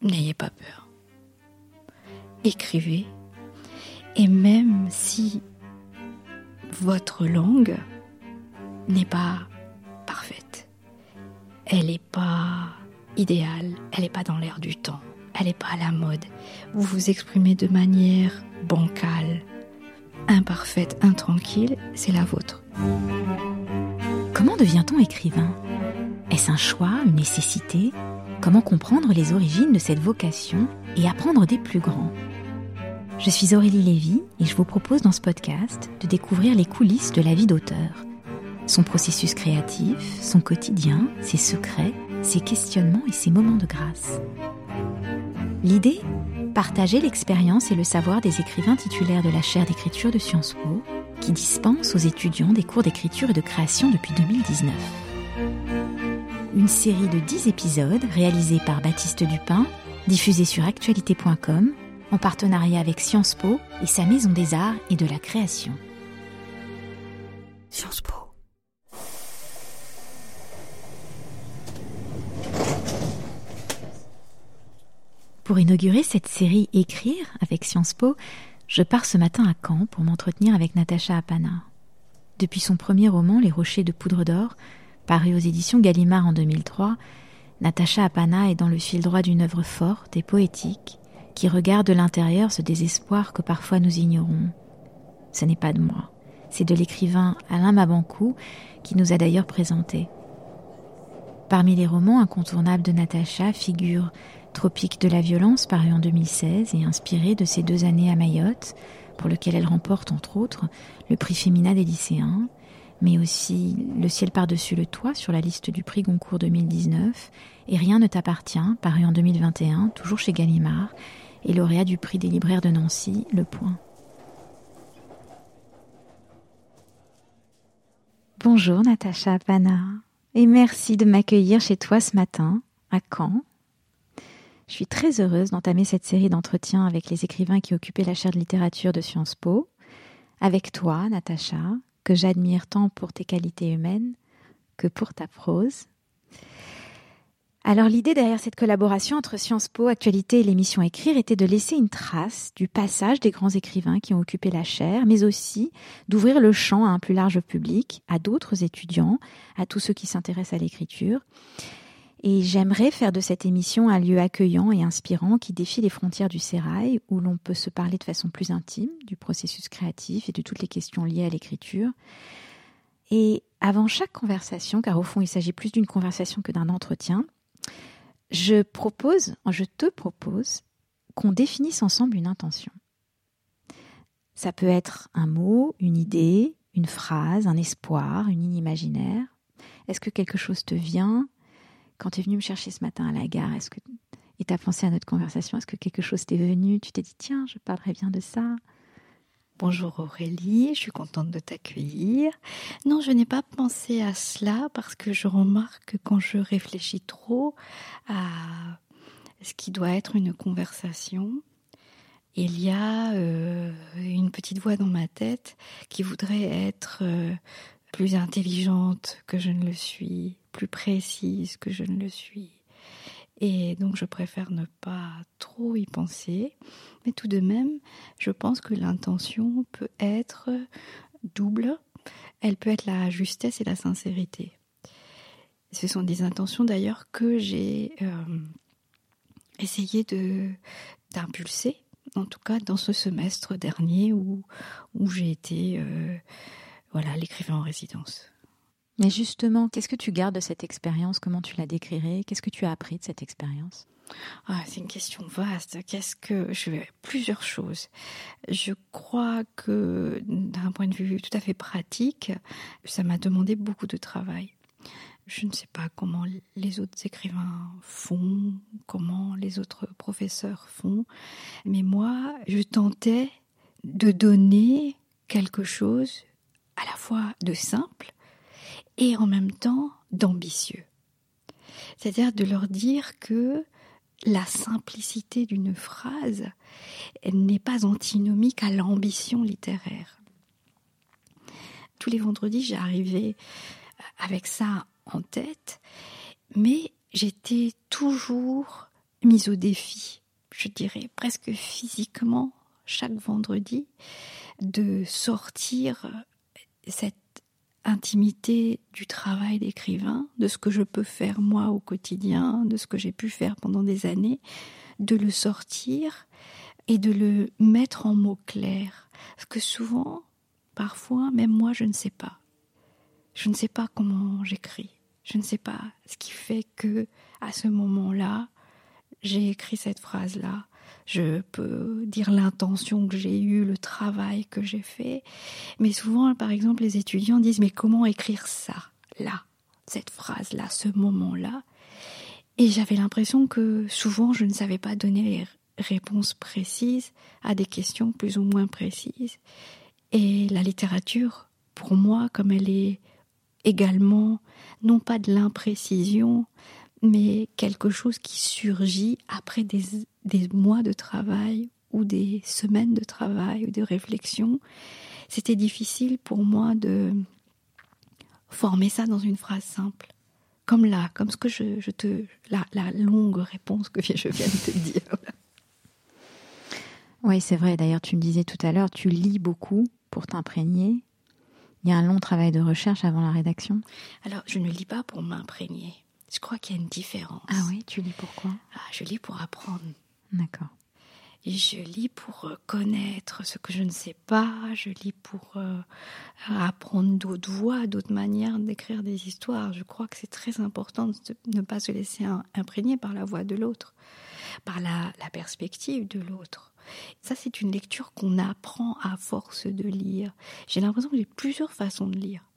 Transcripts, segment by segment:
n'ayez pas peur. Écrivez, et même si votre langue n'est pas parfaite, elle n'est pas idéale, elle n'est pas dans l'air du temps, elle n'est pas à la mode, vous vous exprimez de manière bancale, imparfaite, intranquille, c'est la vôtre. Comment devient-on écrivain ? Est-ce un choix, une nécessité ? Comment comprendre les origines de cette vocation et apprendre des plus grands ? Je suis Aurélie Lévy et je vous propose dans ce podcast de découvrir les coulisses de la vie d'auteur. Son processus créatif, son quotidien, ses secrets, ses questionnements et ses moments de grâce. L'idée ? Partager l'expérience et le savoir des écrivains titulaires de la chaire d'écriture de Sciences Po qui dispensent aux étudiants des cours d'écriture et de création depuis 2019. Une série de 10 épisodes réalisés par Baptiste Dupin, diffusés sur actualité.com en partenariat avec Sciences Po et sa maison des arts et de la création. Sciences Po. Pour inaugurer cette série Écrire avec Sciences Po, je pars ce matin à Caen pour m'entretenir avec Natacha Apana. Depuis son premier roman, Les Rochers de poudre d'or, paru aux éditions Gallimard en 2003, Natacha Apana est dans le fil droit d'une œuvre forte et poétique qui regarde de l'intérieur ce désespoir que parfois nous ignorons. Ce n'est pas de moi, c'est de l'écrivain Alain Mabanckou qui nous a d'ailleurs présenté. Parmi les romans incontournables de Natacha figure Tropique de la violence, paru en 2016 et inspiré de ses 2 années à Mayotte, pour lequel elle remporte entre autres le prix Femina des lycéens, mais aussi Le ciel par-dessus le toit sur la liste du prix Goncourt 2019 et Rien ne t'appartient, paru en 2021, toujours chez Gallimard, et lauréat du prix des libraires de Nancy, Le Point. Bonjour Natacha Apana, et merci de m'accueillir chez toi ce matin, à Caen. Je suis très heureuse d'entamer cette série d'entretiens avec les écrivains qui occupaient la chaire de littérature de Sciences Po, avec toi, Natacha, que j'admire tant pour tes qualités humaines que pour ta prose. Alors l'idée derrière cette collaboration entre Sciences Po, Actualité et l'émission Écrire était de laisser une trace du passage des grands écrivains qui ont occupé la chaire, mais aussi d'ouvrir le champ à un plus large public, à d'autres étudiants, à tous ceux qui s'intéressent à l'écriture. Et j'aimerais faire de cette émission un lieu accueillant et inspirant qui défie les frontières du sérail, où l'on peut se parler de façon plus intime du processus créatif et de toutes les questions liées à l'écriture. Et avant chaque conversation, car au fond il s'agit plus d'une conversation que d'un entretien, je te propose qu'on définisse ensemble une intention. Ça peut être un mot, une idée, une phrase, un espoir, une ligne imaginaire. Est-ce que quelque chose te vient ? Quand tu es venu me chercher ce matin à la gare, et tu as pensé à notre conversation, est-ce que quelque chose t'est venu ? Tu t'es dit, tiens, je parlerai bien de ça. Bonjour Aurélie, je suis contente de t'accueillir. Non, je n'ai pas pensé à cela parce que je remarque que quand je réfléchis trop à ce qui doit être une conversation, il y a une petite voix dans ma tête qui voudrait être plus intelligente que je ne le suis, plus précise que je ne le suis. Et donc je préfère ne pas trop y penser. Mais tout de même, je pense que l'intention peut être double. Elle peut être la justesse et la sincérité. Ce sont des intentions d'ailleurs que j'ai essayé d'impulser, en tout cas dans ce semestre dernier où j'ai été l'écrivain en résidence. Mais justement, qu'est-ce que tu gardes de cette expérience ? Comment tu la décrirais ? Qu'est-ce que tu as appris de cette expérience ? C'est une question vaste. Plusieurs choses. Je crois que d'un point de vue tout à fait pratique, ça m'a demandé beaucoup de travail. Je ne sais pas comment les autres écrivains font, comment les autres professeurs font, mais moi, je tentais de donner quelque chose à la fois de simple et en même temps d'ambitieux. C'est-à-dire de leur dire que la simplicité d'une phrase n'est pas antinomique à l'ambition littéraire. Tous les vendredis, j'arrivais avec ça en tête, mais j'étais toujours mise au défi, je dirais presque physiquement, chaque vendredi, de sortir cette intimité du travail d'écrivain, de ce que je peux faire moi au quotidien, de ce que j'ai pu faire pendant des années, de le sortir et de le mettre en mots clairs. Parce que souvent, parfois, même moi, je ne sais pas. Je ne sais pas comment j'écris. Je ne sais pas ce qui fait que, à ce moment-là, j'ai écrit cette phrase-là. Je peux dire l'intention que j'ai eue, le travail que j'ai fait. Mais souvent, par exemple, les étudiants disent « Mais comment écrire ça, là, cette phrase-là, ce moment-là » Et j'avais l'impression que souvent, je ne savais pas donner les réponses précises à des questions plus ou moins précises. Et la littérature, pour moi, comme elle est également, non pas de l'imprécision, mais quelque chose qui surgit après des mois de travail ou des semaines de travail ou de réflexion, c'était difficile pour moi de former ça dans une phrase simple. Comme là, comme ce que la longue réponse que je viens de te dire. Oui, c'est vrai. D'ailleurs, tu me disais tout à l'heure, tu lis beaucoup pour t'imprégner. Il y a un long travail de recherche avant la rédaction. Alors, je ne lis pas pour m'imprégner. Je crois qu'il y a une différence. Ah oui, tu lis pourquoi ? Je lis pour apprendre. D'accord. Et je lis pour connaître ce que je ne sais pas. Je lis pour apprendre d'autres voies, d'autres manières d'écrire des histoires. Je crois que c'est très important de ne pas se laisser imprégner par la voix de l'autre, par la perspective de l'autre. Ça, c'est une lecture qu'on apprend à force de lire. J'ai l'impression que j'ai plusieurs façons de lire.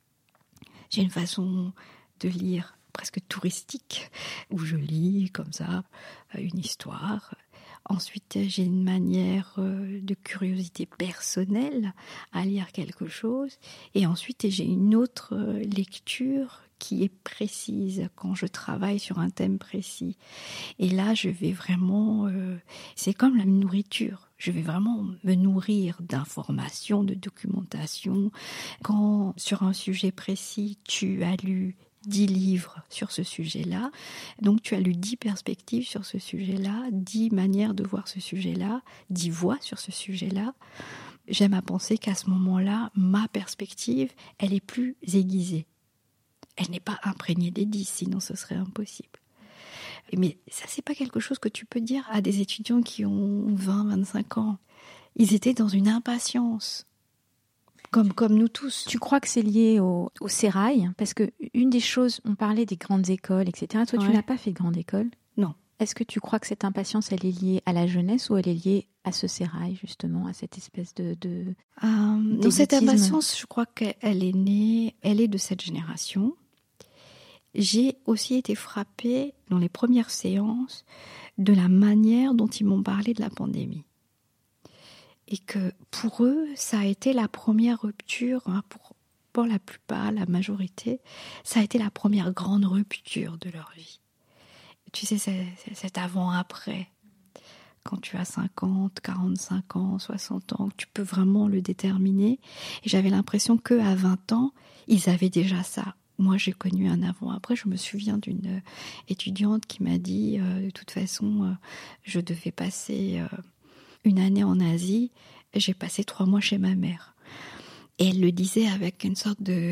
J'ai une façon de lire presque touristique, où je lis comme ça une histoire. Ensuite, j'ai une manière de curiosité personnelle à lire quelque chose. Et ensuite, j'ai une autre lecture qui est précise quand je travaille sur un thème précis. Et là, je vais vraiment... c'est comme la nourriture. Je vais vraiment me nourrir d'informations, de documentation. Quand, sur un sujet précis, tu as lu 10 livres sur ce sujet-là, donc tu as lu 10 perspectives sur ce sujet-là, 10 manières de voir ce sujet-là, 10 voix sur ce sujet-là. J'aime à penser qu'à ce moment-là, ma perspective, elle est plus aiguisée. Elle n'est pas imprégnée des 10, sinon ce serait impossible. Mais ça, c'est pas quelque chose que tu peux dire à des étudiants qui ont 20, 25 ans. Ils étaient dans une impatience. Comme nous tous. Tu crois que c'est lié au sérail ? Parce que une des choses, on parlait des grandes écoles, etc. Toi, tu n'as pas fait de grande école ? Non. Est-ce que tu crois que cette impatience, elle est liée à la jeunesse ou elle est liée à ce sérail, justement, à cette espèce de non, cette impatience, je crois qu'elle est née, elle est de cette génération. J'ai aussi été frappée, dans les premières séances, de la manière dont ils m'ont parlé de la pandémie. Et que pour eux, ça a été la première rupture, pour la plupart, la majorité, ça a été la première grande rupture de leur vie. Tu sais, c'est avant-après. Quand tu as 50, 45 ans, 60 ans, tu peux vraiment le déterminer. Et j'avais l'impression qu'à 20 ans, ils avaient déjà ça. Moi, j'ai connu un avant-après. Je me souviens d'une étudiante qui m'a dit, de toute façon, je devais passer... une année en Asie, j'ai passé 3 mois chez ma mère. Et elle le disait avec une sorte de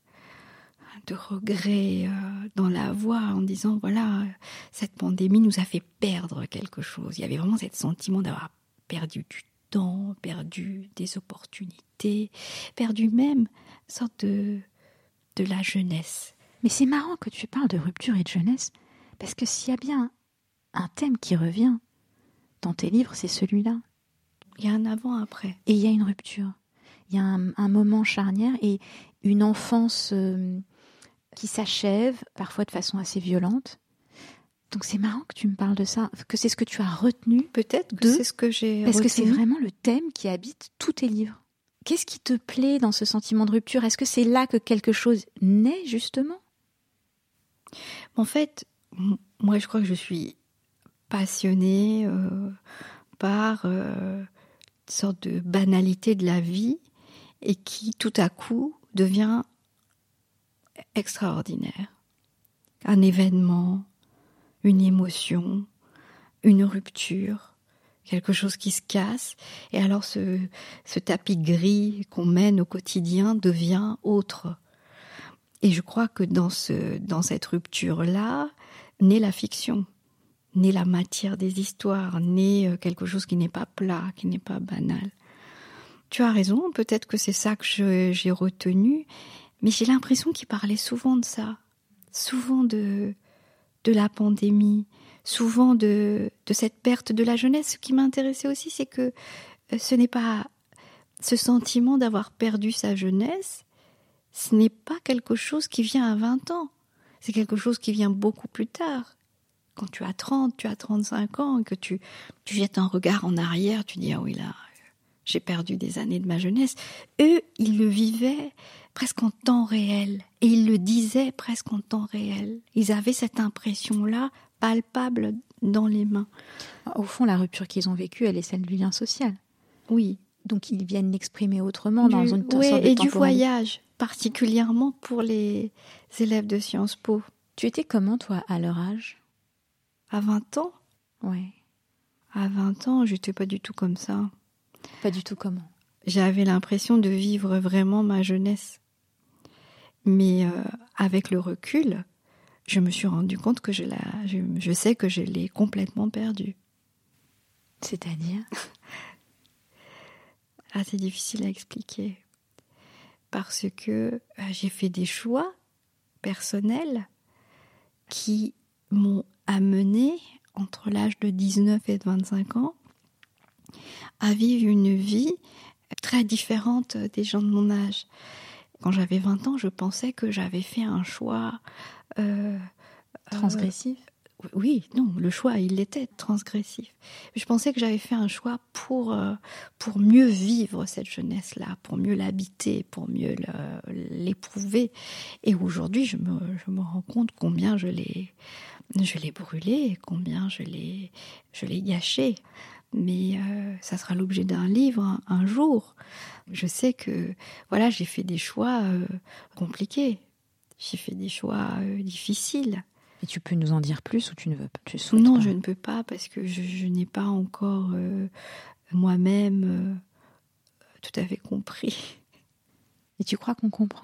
regret dans la voix, en disant, voilà, cette pandémie nous a fait perdre quelque chose. Il y avait vraiment ce sentiment d'avoir perdu du temps, perdu des opportunités, perdu même une sorte de la jeunesse. Mais c'est marrant que tu parles de rupture et de jeunesse, parce que s'il y a bien un thème qui revient dans tes livres, c'est celui-là. Il y a un avant-après. Et il y a une rupture. Il y a un moment charnière et une enfance qui s'achève, parfois de façon assez violente. Donc c'est marrant que tu me parles de ça, que c'est ce que tu as retenu. Peut-être que c'est ce que j'ai parce retenu. Que c'est vraiment le thème qui habite tous tes livres. Qu'est-ce qui te plaît dans ce sentiment de rupture ? Est-ce que c'est là que quelque chose naît, justement ? En fait, moi je crois que je suis passionnée par une sorte de banalité de la vie et qui tout à coup devient extraordinaire. Un événement, une émotion, une rupture, quelque chose qui se casse, et alors ce tapis gris qu'on mène au quotidien devient autre. Et je crois que dans cette rupture-là, naît la fiction, naît la matière des histoires, naît quelque chose qui n'est pas plat, qui n'est pas banal. Tu as raison, peut-être que c'est ça que j'ai retenu, mais j'ai l'impression qu'il parlait souvent de ça, souvent de la pandémie, souvent de cette perte de la jeunesse. Ce qui m'intéressait aussi, c'est que ce n'est pas ce sentiment d'avoir perdu sa jeunesse, ce n'est pas quelque chose qui vient à 20 ans. C'est quelque chose qui vient beaucoup plus tard. Quand tu as 30, tu as 35 ans, et que tu jettes un regard en arrière, tu dis « Ah oui, là, j'ai perdu des années de ma jeunesse ». Eux, ils le vivaient presque en temps réel. Et ils le disaient presque en temps réel. Ils avaient cette impression-là, palpable dans les mains. Au fond, la rupture qu'ils ont vécue, elle est celle du lien social. Oui. Donc, ils viennent l'exprimer autrement dans une sorte de et du voyage, particulièrement pour les élèves de Sciences Po. Tu étais comment, toi, à leur âge ? À 20 ans ? Ouais. À 20 ans, j'étais pas du tout comme ça. Pas du tout comment ? J'avais l'impression de vivre vraiment ma jeunesse. Mais avec le recul, je me suis rendu compte que je sais que je l'ai complètement perdue. C'est-à-dire ? C'est difficile à expliquer. Parce que j'ai fait des choix personnels qui m'ont amené, entre l'âge de 19 et de 25 ans, à vivre une vie très différente des gens de mon âge. Quand j'avais 20 ans, je pensais que j'avais fait un choix... transgressif ? Oui, non, le choix, il était transgressif. Je pensais que j'avais fait un choix pour mieux vivre cette jeunesse-là, pour mieux l'habiter, pour mieux l'éprouver. Et aujourd'hui, je me rends compte combien je l'ai brûlé, combien je l'ai gâché. Mais ça sera l'objet d'un livre un jour. Je sais que voilà, j'ai fait des choix compliqués. J'ai fait des choix difficiles. Et tu peux nous en dire plus ou tu ne veux pas ? Non, je ne peux pas parce que je n'ai pas encore moi-même tout à fait compris. Et tu crois qu'on comprend ?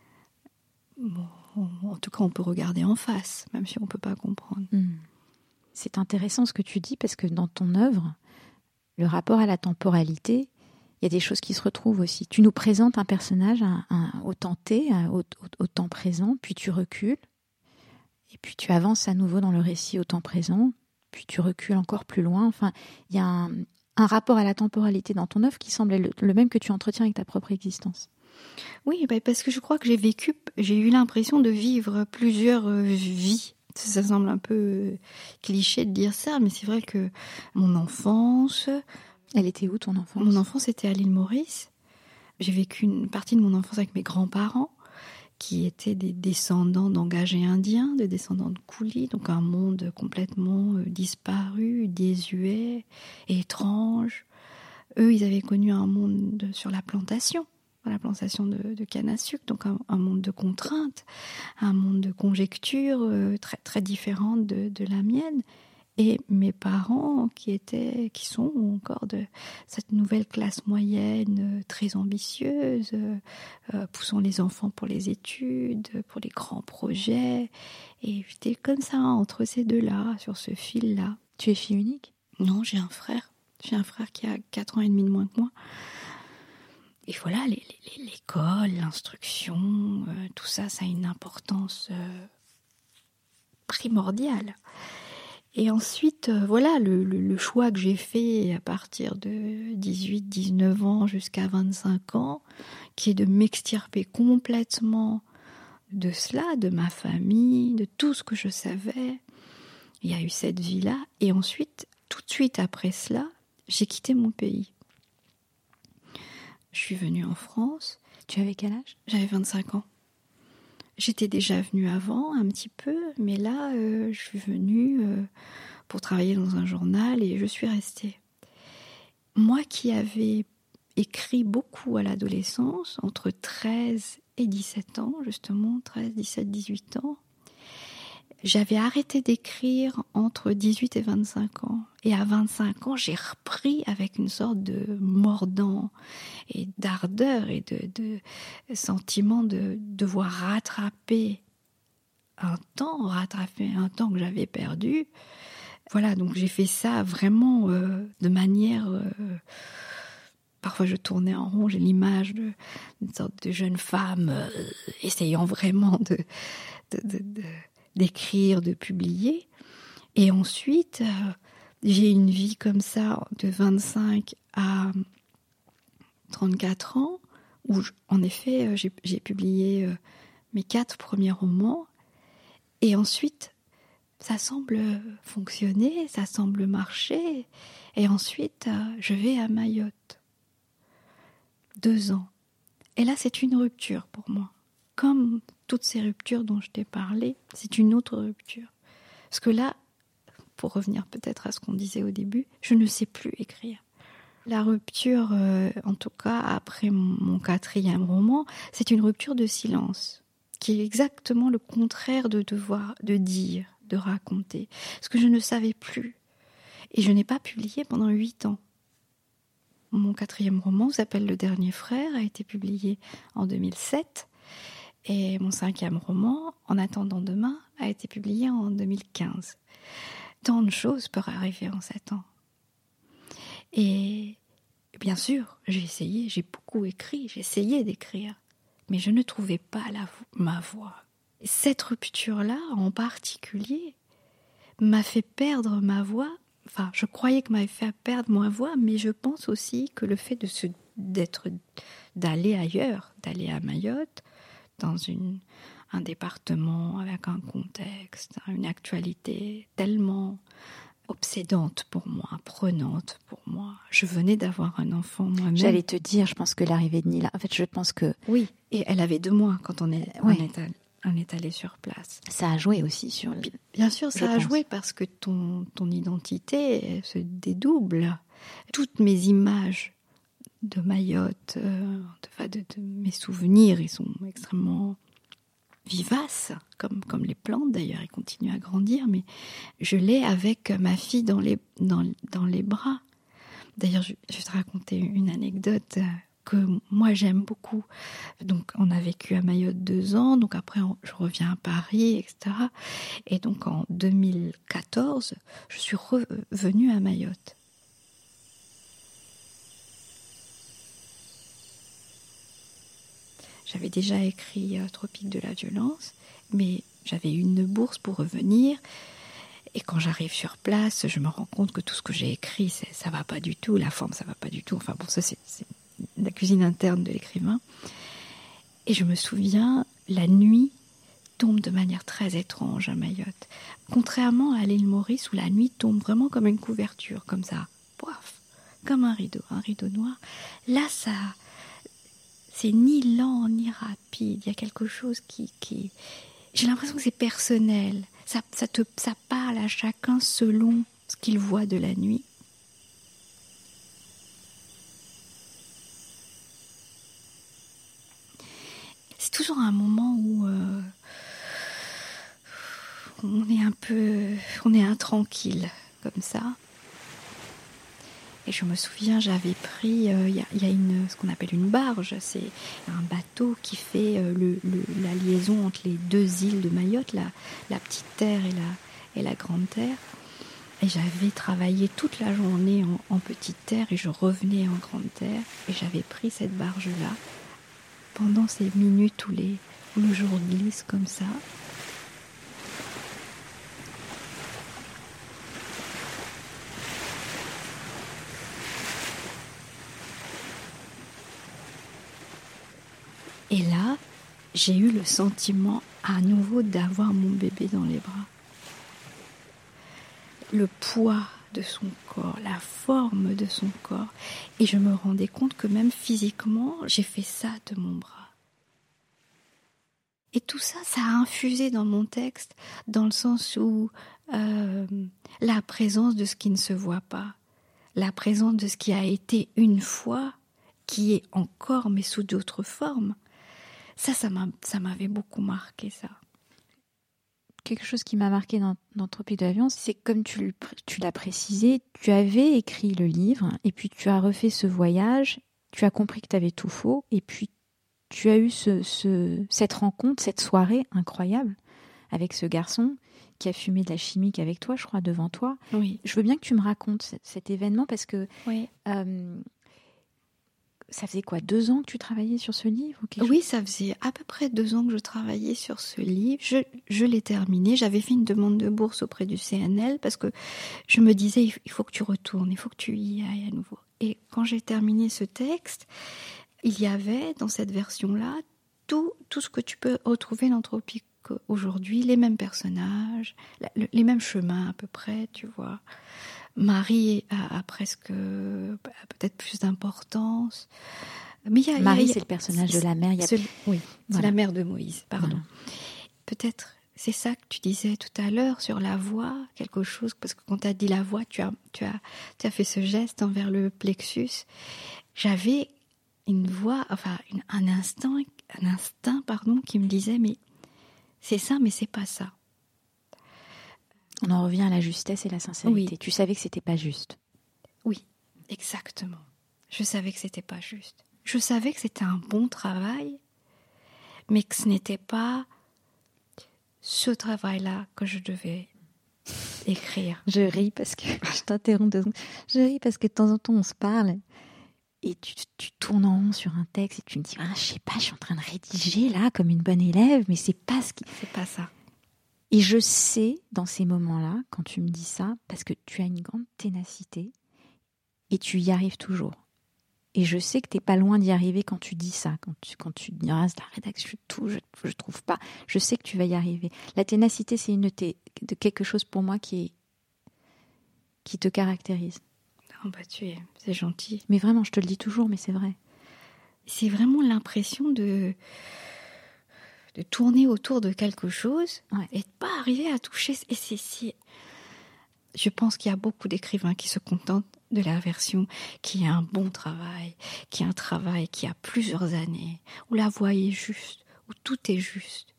Bon, en tout cas, on peut regarder en face, même si on ne peut pas comprendre. C'est intéressant ce que tu dis parce que dans ton œuvre, le rapport à la temporalité, il y a des choses qui se retrouvent aussi. Tu nous présentes un personnage au temps T, au temps présent, puis tu recules. Et puis tu avances à nouveau dans le récit au temps présent, puis tu recules encore plus loin. Enfin, il y a un rapport à la temporalité dans ton œuvre qui semble le même que tu entretiens avec ta propre existence. Oui, parce que je crois que j'ai eu l'impression de vivre plusieurs vies. Ça semble un peu cliché de dire ça, mais c'est vrai que mon enfance... Elle était où ton enfance ? Mon enfance était à l'île Maurice. J'ai vécu une partie de mon enfance avec mes grands-parents, qui étaient des descendants d'engagés indiens, des descendants de coulis, donc un monde complètement disparu, désuet, étrange. Eux, ils avaient connu un monde sur la plantation de canne à sucre, donc un monde de contraintes, un monde de conjectures très, très différentes de la mienne. Et mes parents qui sont encore de cette nouvelle classe moyenne très ambitieuse, poussant les enfants pour les études, pour les grands projets. Et j'étais comme ça, entre ces deux-là, sur ce fil-là. Tu es fille unique ? Non, j'ai un frère. J'ai un frère qui a 4 ans et demi de moins que moi. Et voilà, l'école, l'instruction, tout ça, ça a une importance primordiale. Et ensuite, voilà, le choix que j'ai fait à partir de 18-19 ans jusqu'à 25 ans, qui est de m'extirper complètement de cela, de ma famille, de tout ce que je savais. Il y a eu cette vie-là. Et ensuite, tout de suite après cela, j'ai quitté mon pays. Je suis venue en France. Tu avais quel âge ? J'avais 25 ans. J'étais déjà venue avant, un petit peu, mais là, je suis venue pour travailler dans un journal et je suis restée. Moi qui avais écrit beaucoup à l'adolescence, entre 13 et 17 ans, justement, 13, 17, 18 ans, J'avais arrêté d'écrire entre 18 et 25 ans. Et à 25 ans, j'ai repris avec une sorte de mordant et d'ardeur et de sentiment de devoir rattraper un temps que j'avais perdu. Voilà, donc j'ai fait ça vraiment de manière... Parfois je tournais en rond, j'ai l'image d'une sorte de jeune femme essayant vraiment d'écrire, de publier. Et ensuite, j'ai une vie comme ça de 25 à 34 ans, où en effet, j'ai publié mes 4 premiers romans. Et ensuite, ça semble fonctionner, ça semble marcher. Et ensuite, je vais à Mayotte. 2 ans. Et là, c'est une rupture pour moi. Comme toutes ces ruptures dont je t'ai parlé, c'est une autre rupture. Parce que là, pour revenir peut-être à ce qu'on disait au début, je ne sais plus écrire. La rupture, en tout cas après mon 4e roman, c'est une rupture de silence, qui est exactement le contraire de devoir, de dire, de raconter. Parce que je ne savais plus. Et je n'ai pas publié pendant 8 ans. Mon 4e roman s'appelle Le Dernier Frère, a été publié en 2007. Et mon 5e roman, En attendant demain, a été publié en 2015. Tant de choses peuvent arriver en 7 ans. Et bien sûr, j'ai beaucoup écrit, j'ai essayé d'écrire, mais je ne trouvais pas ma voix. Cette rupture-là, en particulier, m'a fait perdre ma voix. Enfin, je croyais que m'avait fait perdre ma voix, mais je pense aussi que le fait d'aller ailleurs, d'aller à Mayotte, dans un département avec un contexte, une actualité tellement obsédante pour moi, prenante pour moi. Je venais d'avoir un enfant moi-même. J'allais te dire, je pense que l'arrivée de Nila, en fait, je pense que... Oui, et elle avait 2 mois quand on est allé sur place. Ça a joué aussi sur... Bien sûr, ça a joué parce que ton identité se dédouble. Toutes mes images de Mayotte, de mes souvenirs, ils sont extrêmement vivaces, comme les plantes d'ailleurs, ils continuent à grandir, mais je l'ai avec ma fille dans les bras. D'ailleurs, je vais te raconter une anecdote que moi j'aime beaucoup. Donc on a vécu à Mayotte 2 ans, donc après je reviens à Paris, etc. Et donc en 2014, je suis revenue à Mayotte. J'avais déjà écrit Tropique de la violence, mais j'avais eu une bourse pour revenir. Et quand j'arrive sur place, je me rends compte que tout ce que j'ai écrit, ça va pas du tout, la forme, ça va pas du tout. Enfin bon, ça c'est la cuisine interne de l'écrivain. Et je me souviens, la nuit tombe de manière très étrange à Mayotte. Contrairement à l'île Maurice, où la nuit tombe vraiment comme une couverture, comme ça, poif, comme un rideau noir. Là, c'est ni lent ni rapide. Il y a quelque chose qui... J'ai l'impression que c'est personnel. Ça parle à chacun selon ce qu'il voit de la nuit. C'est toujours un moment où on est intranquille comme ça. Et je me souviens, j'avais pris, il y a ce qu'on appelle une barge, c'est un bateau qui fait la liaison entre les 2 îles de Mayotte, la petite terre et la grande terre. Et j'avais travaillé toute la journée en petite terre et je revenais en grande terre. Et j'avais pris cette barge-là pendant ces minutes où le jour glisse comme ça. Et là, j'ai eu le sentiment à nouveau d'avoir mon bébé dans les bras. Le poids de son corps, la forme de son corps. Et je me rendais compte que même physiquement, j'ai fait ça de mon bras. Et tout ça, ça a infusé dans mon texte, dans le sens où la présence de ce qui ne se voit pas, la présence de ce qui a été une fois, qui est encore, mais sous d'autres formes, ça m'avait beaucoup marqué, ça. quelque chose qui m'a marqué dans Tropique de l'avion, c'est comme tu l'as précisé, tu avais écrit le livre et puis tu as refait ce voyage, tu as compris que tu avais tout faux et puis tu as eu cette rencontre, cette soirée incroyable avec ce garçon qui a fumé de la chimique avec toi, je crois, devant toi. Oui. Je veux bien que tu me racontes cet événement parce que Oui. Ça faisait quoi, 2 ans que tu travaillais sur ce livre ou Oui, ça faisait à peu près 2 ans que je travaillais sur ce livre. Je l'ai terminé. J'avais fait une demande de bourse auprès du CNL parce que je me disais, il faut que tu retournes, il faut que tu y ailles à nouveau. Et quand j'ai terminé ce texte, il y avait dans cette version-là tout ce que tu peux retrouver dans Tropique aujourd'hui, les mêmes personnages, les mêmes chemins à peu près, tu vois. Marie a presque peut-être plus d'importance. Mais Marie, c'est le personnage de la mère. Oui, c'est la mère de Moïse, pardon. Voilà. Peut-être, c'est ça que tu disais tout à l'heure sur la voix, quelque chose, parce que quand tu as dit la voix, tu as fait ce geste envers le plexus. J'avais une voix, enfin un instinct, qui me disait, mais c'est ça, mais c'est pas ça. On en revient à la justesse et la sincérité. Oui. Tu savais que c'était pas juste. Oui, exactement. Je savais que c'était pas juste. Je savais que c'était un bon travail, mais que ce n'était pas ce travail-là que je devais écrire. Je ris parce que je t'interromps 2 secondes. Je ris parce que de temps en temps on se parle et tu tournes en rond sur un texte et tu me dis je sais pas, je suis en train de rédiger là comme une bonne élève, mais c'est pas ça. Et je sais, dans ces moments-là, quand tu me dis ça, parce que tu as une grande ténacité et tu y arrives toujours. Et je sais que tu n'es pas loin d'y arriver quand tu dis ça, quand tu diras la rédaction, tout, je trouve pas. Je sais que tu vas y arriver. La ténacité, c'est de quelque chose pour moi qui te caractérise. Oh c'est gentil. Mais vraiment, je te le dis toujours, mais c'est vrai. C'est vraiment l'impression de tourner autour de quelque chose et de pas arriver à toucher. Et je pense qu'il y a beaucoup d'écrivains qui se contentent de la version qui est un bon travail, qui est un travail qui a plusieurs années, où la voix est juste, où tout est juste.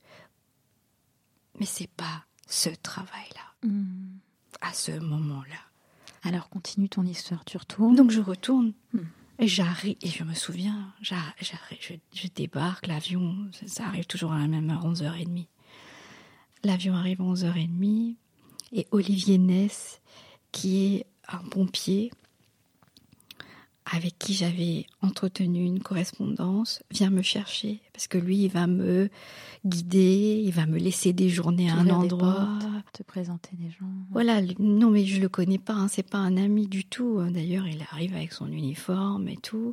Mais c'est pas ce travail-là, à ce moment-là. Alors continue ton histoire, tu retournes. Donc je retourne. Et j'arrive, et je me souviens, je débarque, l'avion, ça arrive toujours à la même heure, 11h30. L'avion arrive à 11h30, et Olivier Ness, qui est un pompier, avec qui j'avais entretenu une correspondance, vient me chercher, parce que lui, il va me guider, il va me laisser déjeuner à un endroit. Te présenter des gens. Voilà, non mais je le connais pas, c'est pas un ami du tout. D'ailleurs, il arrive avec son uniforme et tout.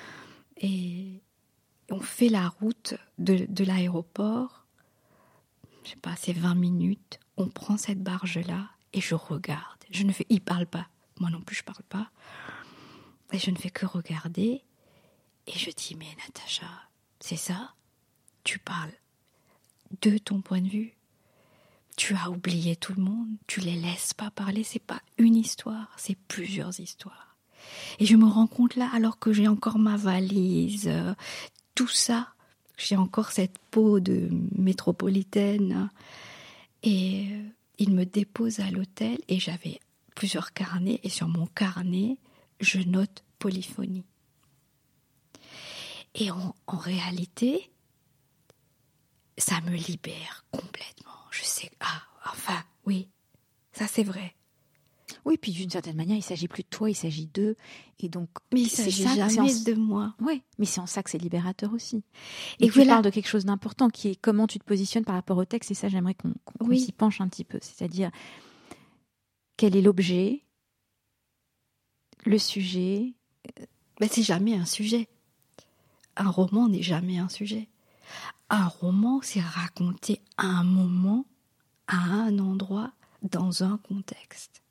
Et on fait la route de l'aéroport, je sais pas, c'est 20 minutes, on prend cette barge-là et je regarde. Il parle pas, moi non plus je parle pas. Et je ne fais que regarder et je dis, mais Natacha, c'est ça? Tu parles de ton point de vue. Tu as oublié tout le monde, tu les laisses pas parler, c'est pas une histoire, c'est plusieurs histoires. Et je me rends compte là, alors que j'ai encore ma valise, tout ça, j'ai encore cette peau de métropolitaine, et il me dépose à l'hôtel, et j'avais plusieurs carnets, et sur mon carnet, je note polyphonie. Et en réalité, ça me libère complètement. Je sais, oui, ça c'est vrai. Oui, puis d'une certaine manière, il ne s'agit plus de toi, il s'agit d'eux. Et donc, mais il ne s'agit jamais de moi. Oui, mais c'est en ça que c'est libérateur aussi. Et tu parles de quelque chose d'important, qui est comment tu te positionnes par rapport au texte, et ça, j'aimerais qu'on s'y penche un petit peu. C'est-à-dire, quel est l'objet, le sujet. C'est jamais un sujet. Un roman n'est jamais un sujet. Un roman, c'est raconter à un moment, à un endroit, dans un contexte.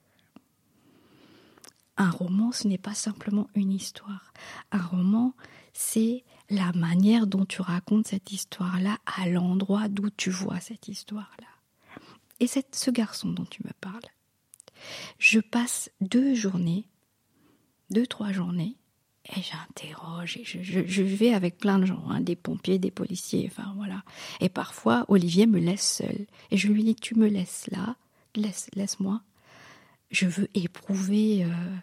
Un roman, ce n'est pas simplement une histoire. Un roman, c'est la manière dont tu racontes cette histoire-là à l'endroit d'où tu vois cette histoire-là. Et ce garçon dont tu me parles, je passe 2-3 journées Et j'interroge, et je vais avec plein de gens, hein, des pompiers, des policiers, enfin voilà. Et parfois, Olivier me laisse seule. Et je lui dis, tu me laisses là, laisse-moi. Je veux éprouver...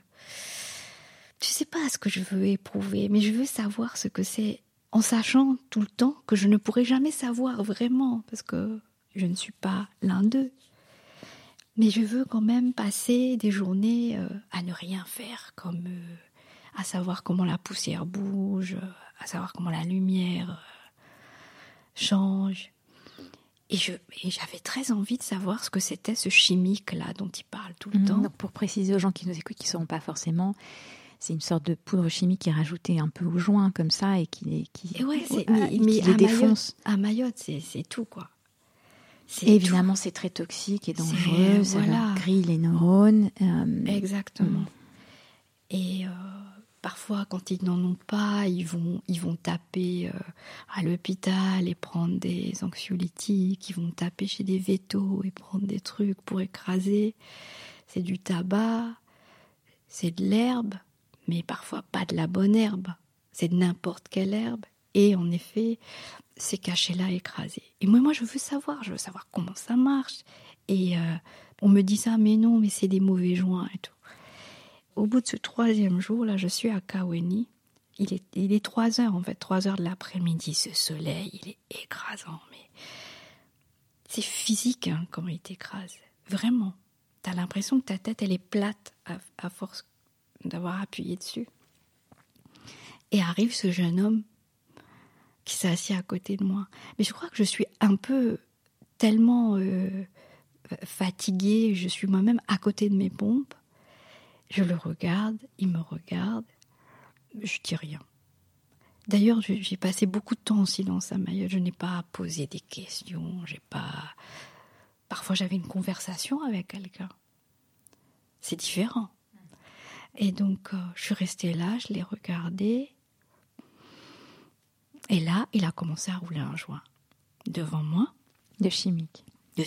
je sais pas ce que je veux éprouver, mais je veux savoir ce que c'est, en sachant tout le temps que je ne pourrai jamais savoir vraiment, parce que je ne suis pas l'un d'eux. Mais je veux quand même passer des journées à ne rien faire, comme à savoir comment la poussière bouge, à savoir comment la lumière change. Et j'avais très envie de savoir ce que c'était ce chimique-là dont il parle tout le temps. Donc pour préciser aux gens qui nous écoutent, qui ne sauront pas forcément, c'est une sorte de poudre chimique qui est rajoutée un peu au joint comme ça et qui les défonce. À Mayotte, c'est tout, quoi. Et évidemment, c'est très toxique et dangereux, ça grille les neurones. Exactement. Et parfois, quand ils n'en ont pas, ils vont taper à l'hôpital et prendre des anxiolytiques, ils vont taper chez des vétos et prendre des trucs pour écraser. C'est du tabac, c'est de l'herbe, mais parfois pas de la bonne herbe. C'est de n'importe quelle herbe. Et en effet, c'est caché là, écrasé. Et moi, je veux savoir comment ça marche. Et on me dit ça, mais non, mais c'est des mauvais joints et tout. Au bout de ce 3e jour, là, je suis à Kaweni. Il est 3 heures, en fait, 3 heures de l'après-midi. Ce soleil, il est écrasant, mais c'est physique, hein, comment il t'écrase. Vraiment. T'as l'impression que ta tête, elle est plate à force d'avoir appuyé dessus. Et arrive ce jeune homme qui s'est assis à côté de moi. Mais je crois que je suis un peu tellement fatiguée, je suis moi-même à côté de mes pompes. Je le regarde, il me regarde, je dis rien. D'ailleurs, j'ai passé beaucoup de temps en silence à Mayotte, je n'ai pas posé des questions, Parfois j'avais une conversation avec quelqu'un. C'est différent. Et donc, je suis restée là, je l'ai regardé. Et là, il a commencé à rouler un joint devant moi. De chimique.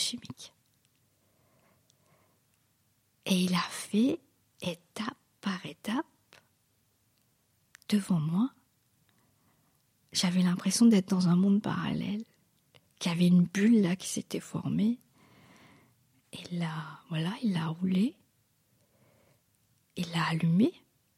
Et il a fait étape par étape devant moi. J'avais l'impression d'être dans un monde parallèle, qu'il y avait une bulle là qui s'était formée. Et là, voilà, il l'a roulé. Il l'a allumé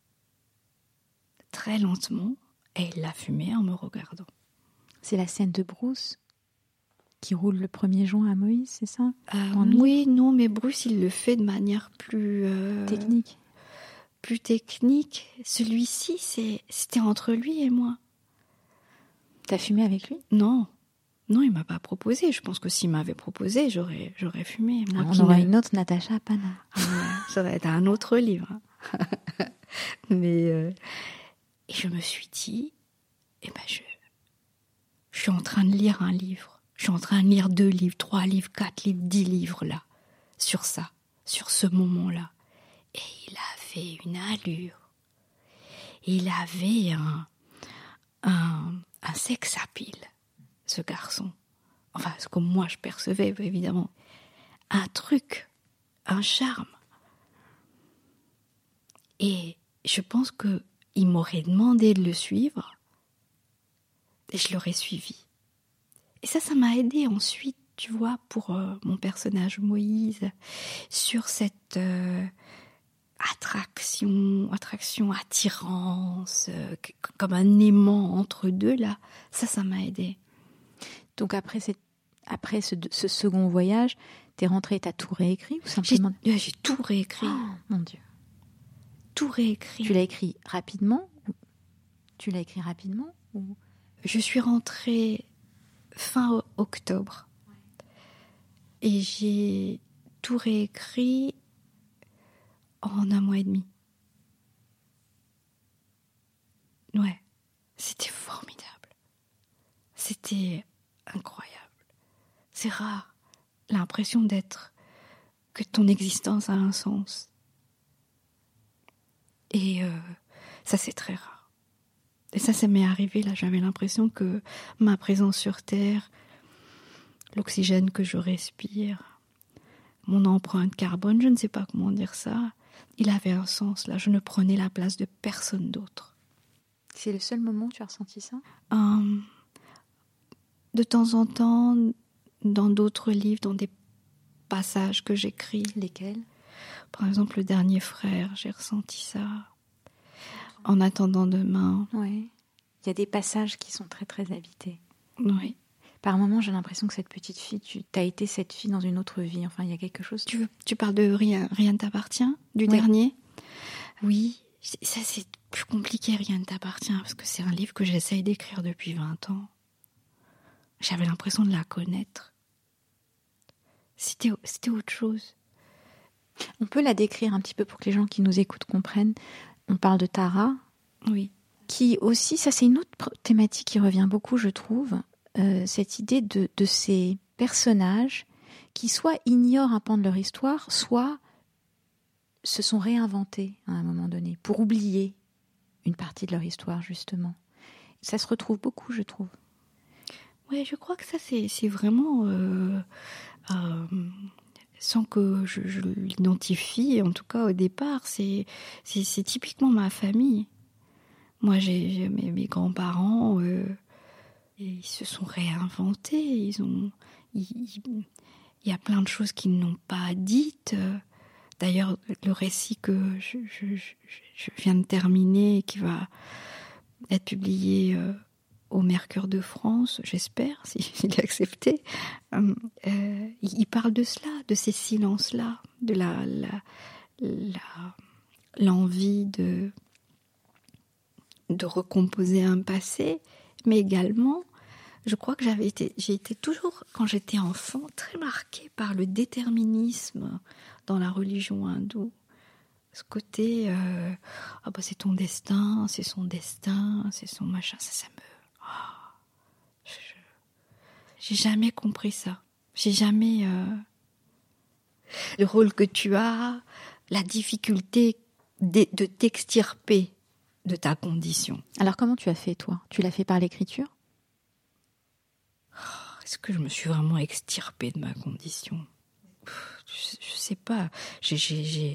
très lentement et il l'a fumé en me regardant. C'est la scène de Bruce qui roule le premier joint à Moïse, c'est ça? Oui, non, mais Bruce, il le fait de manière plus... technique. Plus technique. Celui-ci, c'était entre lui et moi. T'as fumé avec lui? Non, il m'a pas proposé. Je pense que s'il m'avait proposé, j'aurais fumé. Moi, on aura une autre Natacha Pana. Ça va être un autre livre. Mais et je me suis dit, je suis en train de lire un livre. Je suis en train de lire 2 livres, 3 livres, 4 livres, 10 livres là, sur ça, sur ce moment-là. Et il avait une allure. Il avait un sex appeal, ce garçon. Enfin, ce que moi je percevais, évidemment. Un truc, un charme. Et je pense qu'il m'aurait demandé de le suivre et je l'aurais suivi. Et ça m'a aidé ensuite, tu vois, pour mon personnage Moïse, sur cette attraction, attirance, comme un aimant entre deux, là. Ça m'a aidé. Donc après ce second voyage, t'es rentrée, t'as tout réécrit ou simplement... J'ai tout réécrit. Oh, mon Dieu. Tout réécrit. Tu l'as écrit rapidement ou... Je suis rentrée fin octobre. Et j'ai tout réécrit en 1 mois et demi. Ouais, c'était formidable. C'était incroyable. C'est rare, l'impression que ton existence a un sens. Et ça, c'est très rare. Et ça m'est arrivé, là, j'avais l'impression que ma présence sur Terre, l'oxygène que je respire, mon empreinte carbone, je ne sais pas comment dire ça, il avait un sens, là, je ne prenais la place de personne d'autre. C'est le seul moment où tu as ressenti ça ? De temps en temps, dans d'autres livres, dans des passages que j'écris. Lesquels ? Par exemple, Le Dernier Frère, j'ai ressenti ça. En attendant demain. Oui. Il y a des passages qui sont très, très habités. Oui. Par moments, j'ai l'impression que cette petite fille, tu as été cette fille dans une autre vie. Enfin, il y a quelque chose... Tu parles de Rien ne t'appartient, du dernier ? Oui, ça c'est plus compliqué, Rien ne t'appartient, parce que c'est un livre que j'essaye d'écrire depuis 20 ans. J'avais l'impression de la connaître. C'était autre chose. On peut la décrire un petit peu pour que les gens qui nous écoutent comprennent. On parle de Tara. Oui. Qui aussi, ça c'est une autre thématique qui revient beaucoup, je trouve. Cette idée de ces personnages qui soit ignorent un pan de leur histoire, soit se sont réinventés à un moment donné pour oublier une partie de leur histoire, justement. Ça se retrouve beaucoup, je trouve. Oui, je crois que ça, c'est vraiment... sans que je l'identifie, en tout cas au départ, c'est typiquement ma famille. Moi, j'ai mes grands-parents... ils se sont réinventés, il y a plein de choses qu'ils n'ont pas dites. D'ailleurs, le récit que je viens de terminer, qui va être publié au Mercure de France, j'espère, s'il est accepté, il parle de cela, de ces silences-là, de l'envie de recomposer un passé, mais également... Je crois que j'ai été toujours, quand j'étais enfant, très marquée par le déterminisme dans la religion hindoue. Ce côté, c'est ton destin, c'est son destin, c'est son machin, ça me... J'ai jamais compris ça. J'ai jamais... le rôle que tu as, la difficulté de t'extirper de ta condition. Alors comment tu as fait, toi ? Tu l'as fait par l'écriture ? Est-ce que je me suis vraiment extirpée de ma condition ? Je sais pas. J'ai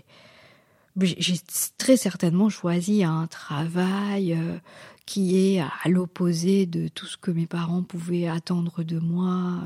très certainement choisi un travail qui est à l'opposé de tout ce que mes parents pouvaient attendre de moi.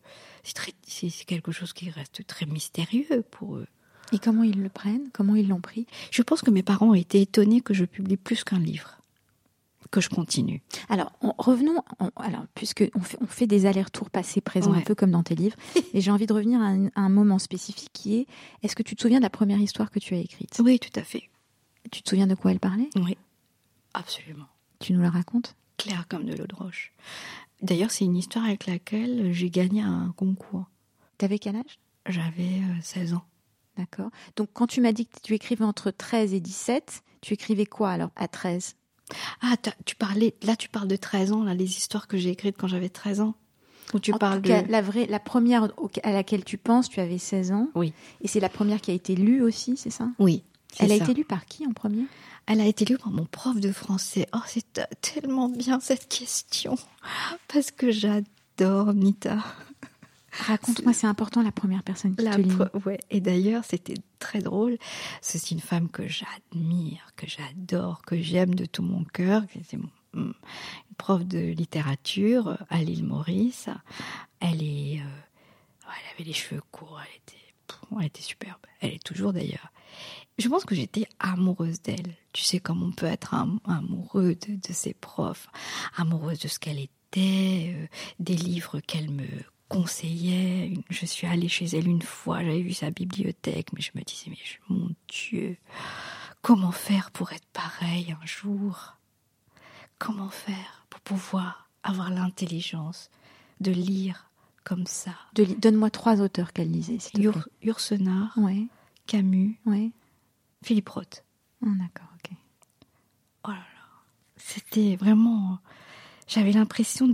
C'est quelque chose qui reste très mystérieux pour eux. Et comment ils le prennent ? Comment ils l'ont pris ? Je pense que mes parents ont été étonnés que je publie plus qu'un livre. Que je continue. Alors, revenons, puisque on fait des allers-retours passé-présent, un peu comme dans tes livres, et j'ai envie de revenir à un moment spécifique qui est, est-ce que tu te souviens de la première histoire que tu as écrite ? Oui, tout à fait. Tu te souviens de quoi elle parlait ? Oui, absolument. Tu nous la racontes ? Claire comme de l'eau de roche. D'ailleurs, c'est une histoire avec laquelle j'ai gagné un concours. T'avais quel âge ? J'avais 16 ans. D'accord. Donc, quand tu m'as dit que tu écrivais entre 13 et 17, tu écrivais quoi alors à 13 ? Ah, tu parles de 13 ans, là, les histoires que j'ai écrites quand j'avais 13 ans. Ou tu parles tout cas, la première à laquelle tu penses, tu avais 16 ans. Oui. Et c'est la première qui a été lue aussi, c'est ça ? Oui. Elle a été lue par qui en premier ? Elle a été lue par mon prof de français. Oh, c'est tellement bien cette question. Parce que j'adore Nita. Raconte-moi, c'est important, la première personne qui te lit. Ouais. Et d'ailleurs, c'était très drôle. C'est une femme que j'admire, que j'adore, que j'aime de tout mon cœur. C'est une prof de littérature à l'île Maurice. Elle avait les cheveux courts. Elle était superbe. Elle est toujours d'ailleurs. Je pense que j'étais amoureuse d'elle. Tu sais, comme on peut être amoureux de ses profs, amoureuse de ce qu'elle était, des livres qu'elle me conseillait. Je suis allée chez elle une fois, j'avais vu sa bibliothèque, mais je me disais, mon Dieu, comment faire pour être pareil un jour ? Comment faire pour pouvoir avoir l'intelligence de lire comme ça ? Donne-moi 3 auteurs qu'elle lisait, s'il te plaît. Yourcenar, ouais. Camus, ouais. Philippe Roth. Ah, d'accord, ok. Oh là là, c'était vraiment... J'avais l'impression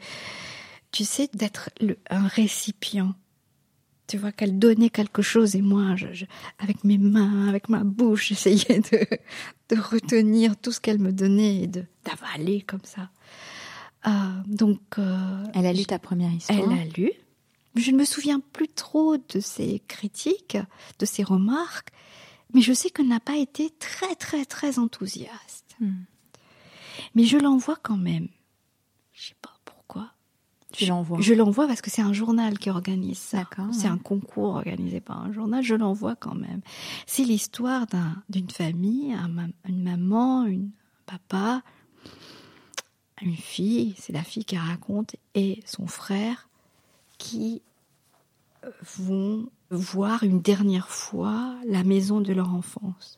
d'être un récipient. Tu vois, qu'elle donnait quelque chose et moi, avec mes mains, avec ma bouche, j'essayais de retenir tout ce qu'elle me donnait et d'avaler comme ça. Elle a lu ta première histoire ? Elle a lu. Je ne me souviens plus trop de ses critiques, de ses remarques, mais je sais qu'elle n'a pas été très, très, très enthousiaste. Mais je l'envoie quand même. Je sais pas pourquoi. Tu l'envoies? Je l'envoie parce que c'est un journal qui organise ça. D'accord, c'est un concours organisé par un journal. Je l'envoie quand même. C'est l'histoire d'une famille, une maman, un papa, une fille. C'est la fille qui raconte et son frère qui vont voir une dernière fois la maison de leur enfance.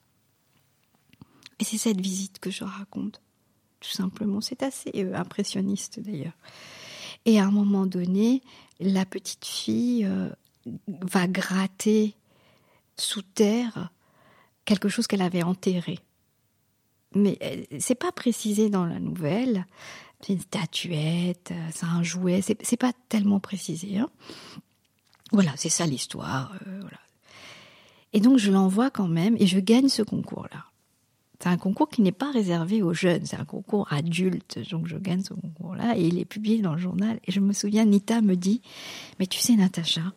Et c'est cette visite que je raconte, tout simplement. C'est assez impressionniste d'ailleurs. Et à un moment donné, la petite fille va gratter sous terre quelque chose qu'elle avait enterré. Mais c'est pas précisé dans la nouvelle. C'est une statuette, c'est un jouet. C'est pas tellement précisé. Hein. Voilà, c'est ça l'histoire. Voilà. Et donc je l'envoie quand même et je gagne ce concours-là. C'est un concours qui n'est pas réservé aux jeunes, c'est un concours adulte. Donc je gagne ce concours-là et il est publié dans le journal. Et je me souviens, Nita me dit, mais tu sais Natacha,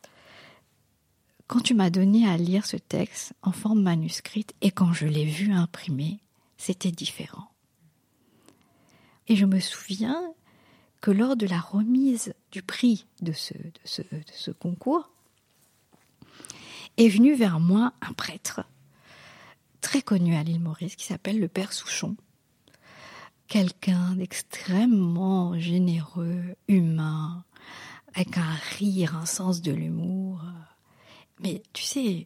quand tu m'as donné à lire ce texte en forme manuscrite et quand je l'ai vu imprimé, c'était différent. Et je me souviens que lors de la remise du prix de ce concours, est venu vers moi un prêtre très connu à l'île Maurice qui s'appelle le Père Souchon. Quelqu'un d'extrêmement généreux, humain, avec un rire, un sens de l'humour. Mais tu sais,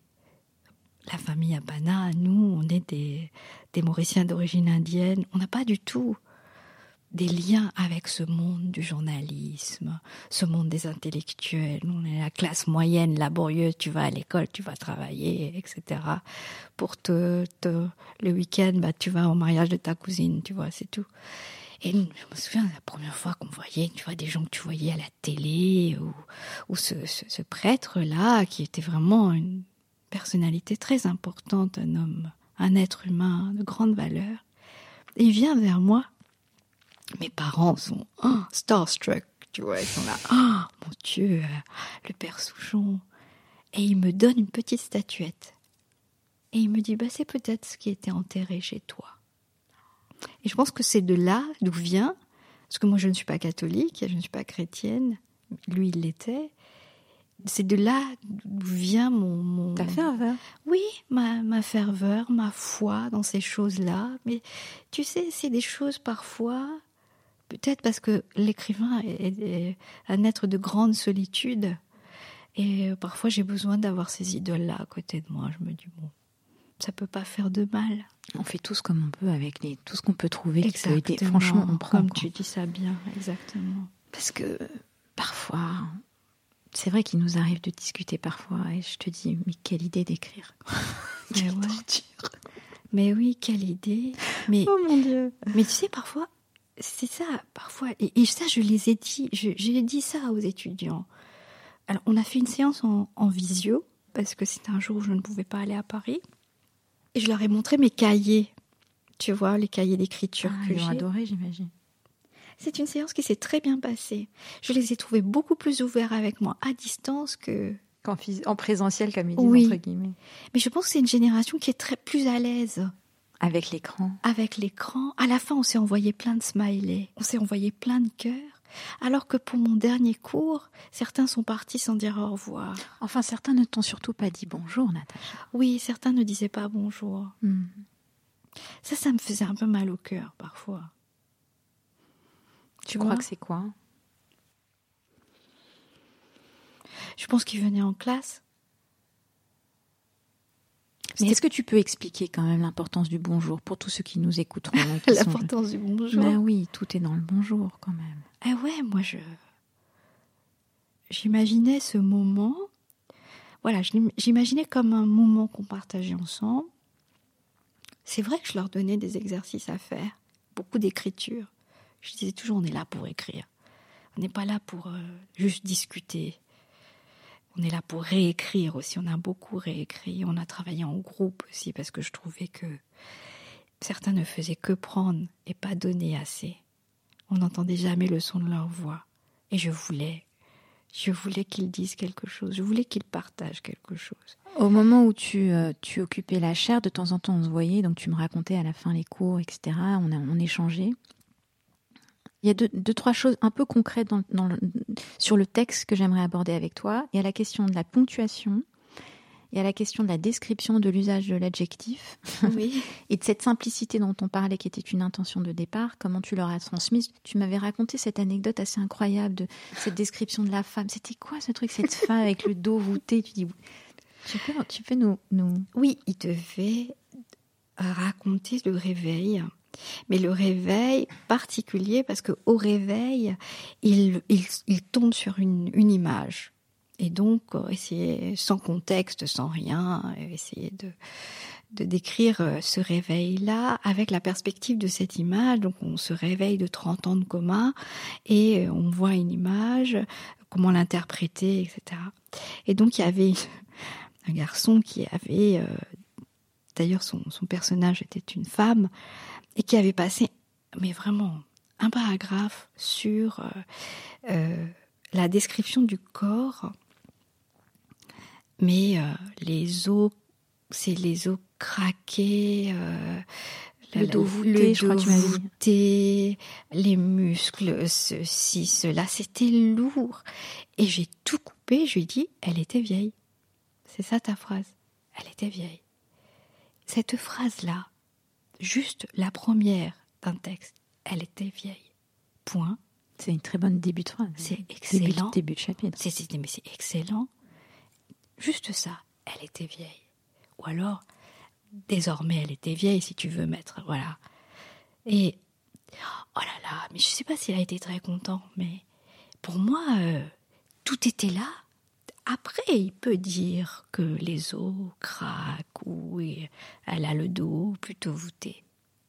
la famille Abana, nous, on est des Mauriciens d'origine indienne, on n'a pas du tout des liens avec ce monde du journalisme, ce monde des intellectuels. On est la classe moyenne, laborieuse, tu vas à l'école, tu vas travailler, etc. Pour le week-end, tu vas au mariage de ta cousine, tu vois, c'est tout. Et je me souviens la première fois qu'on voyait, tu vois, des gens que tu voyais à la télé, ou ce prêtre-là, qui était vraiment une personnalité très importante, un homme, un être humain de grande valeur. Et il vient vers moi. Mes parents sont starstruck, tu vois, ils sont là, mon Dieu, le Père Souchon. Et il me donne une petite statuette. Et il me dit, c'est peut-être ce qui était enterré chez toi. Et je pense que c'est de là d'où vient, parce que moi je ne suis pas catholique, je ne suis pas chrétienne, lui il l'était. C'est de là d'où vient mon... Ta ferveur. Oui, ma ferveur, ma foi dans ces choses-là. Mais tu sais, c'est des choses parfois... Peut-être parce que l'écrivain est un être de grande solitude. Et parfois, j'ai besoin d'avoir ces idoles-là à côté de moi. Je me dis, bon, ça peut pas faire de mal. On fait tous comme on peut avec tout ce qu'on peut trouver. Exactement. Qui peut aider. Franchement, on prend. Comme tu dis ça bien, exactement. Parce que parfois, c'est vrai qu'il nous arrive de discuter parfois. Et je te dis, mais quelle idée d'écrire. Quelle torture. Mais oui, quelle idée. Mais, oh mon Dieu. Mais tu sais, parfois... C'est ça, parfois. Et ça, je les ai dit. J'ai dit ça aux étudiants. Alors, on a fait une séance en visio, parce que c'était un jour où je ne pouvais pas aller à Paris. Et je leur ai montré mes cahiers. Tu vois, les cahiers d'écriture que j'ai. Ils ont adoré, j'imagine. C'est une séance qui s'est très bien passée. Je les ai trouvés beaucoup plus ouverts avec moi à distance en présentiel, comme ils disent, oui. Entre guillemets. Mais je pense que c'est une génération qui est très plus à l'aise. Avec l'écran. Avec l'écran. À la fin, on s'est envoyé plein de smileys. On s'est envoyé plein de cœurs. Alors que pour mon dernier cours, certains sont partis sans dire au revoir. Enfin, certains ne t'ont surtout pas dit bonjour, Natacha. Oui, certains ne disaient pas bonjour. Ça me faisait un peu mal au cœur, parfois. Tu crois que c'est quoi? Je pense qu'ils venaient en classe. Mais est-ce que tu peux expliquer quand même l'importance du bonjour pour tous ceux qui nous écouteront? L'importance du bonjour. Ben oui, tout est dans le bonjour quand même. Ah ouais, moi j'imaginais ce moment. Voilà, j'imaginais comme un moment qu'on partageait ensemble. C'est vrai que je leur donnais des exercices à faire, beaucoup d'écriture. Je disais toujours, on est là pour écrire. On n'est pas là pour juste discuter. On est là pour réécrire aussi. On a beaucoup réécrit. On a travaillé en groupe aussi parce que je trouvais que certains ne faisaient que prendre et pas donner assez. On n'entendait jamais le son de leur voix. Et je voulais Je voulais qu'il dise quelque chose. Je voulais qu'il partage quelque chose. Au moment où tu occupais la chaire, de temps en temps, on se voyait. Donc, tu me racontais à la fin les cours, etc. On échangeait. Il y a deux, trois choses un peu concrètes sur le texte que j'aimerais aborder avec toi. Il y a la question de la ponctuation. Il y a la question de la description de l'usage de l'adjectif. Oui. Et de cette simplicité dont on parlait, qui était une intention de départ. Comment tu leur as transmise. Tu m'avais raconté cette anecdote assez incroyable de cette description de la femme. C'était quoi ce truc, cette femme avec le dos voûté? Tu dis, tu peux nous... Oui, il devait raconter le réveil. Mais le réveil particulier, parce qu'au réveil, il tombe sur une image. Et donc, essayer, sans contexte, sans rien, essayer de décrire ce réveil-là avec la perspective de cette image. Donc, on se réveille de 30 ans de coma et on voit une image, comment l'interpréter, etc. Et donc, il y avait un garçon qui avait... d'ailleurs, son personnage était une femme et qui avait passé, mais vraiment, un paragraphe sur la description du corps. Mais les os, c'est les os craqués, le dos voûté, je crois que tu m'avais dit. Les muscles, ceci, cela, c'était lourd. Et j'ai tout coupé, je lui ai dit, elle était vieille. C'est ça ta phrase, elle était vieille. Cette phrase-là, juste la première d'un texte, elle était vieille. Point. C'est une très bonne début de phrase. C'est excellent. Début de chapitre. Mais c'est excellent. Juste ça, elle était vieille. Ou alors, désormais, elle était vieille, si tu veux mettre, voilà. Et, oh là là, mais je sais pas s'il a été très content, mais pour moi, tout était là. Après, il peut dire que les os craquent ou elle a le dos plutôt voûté.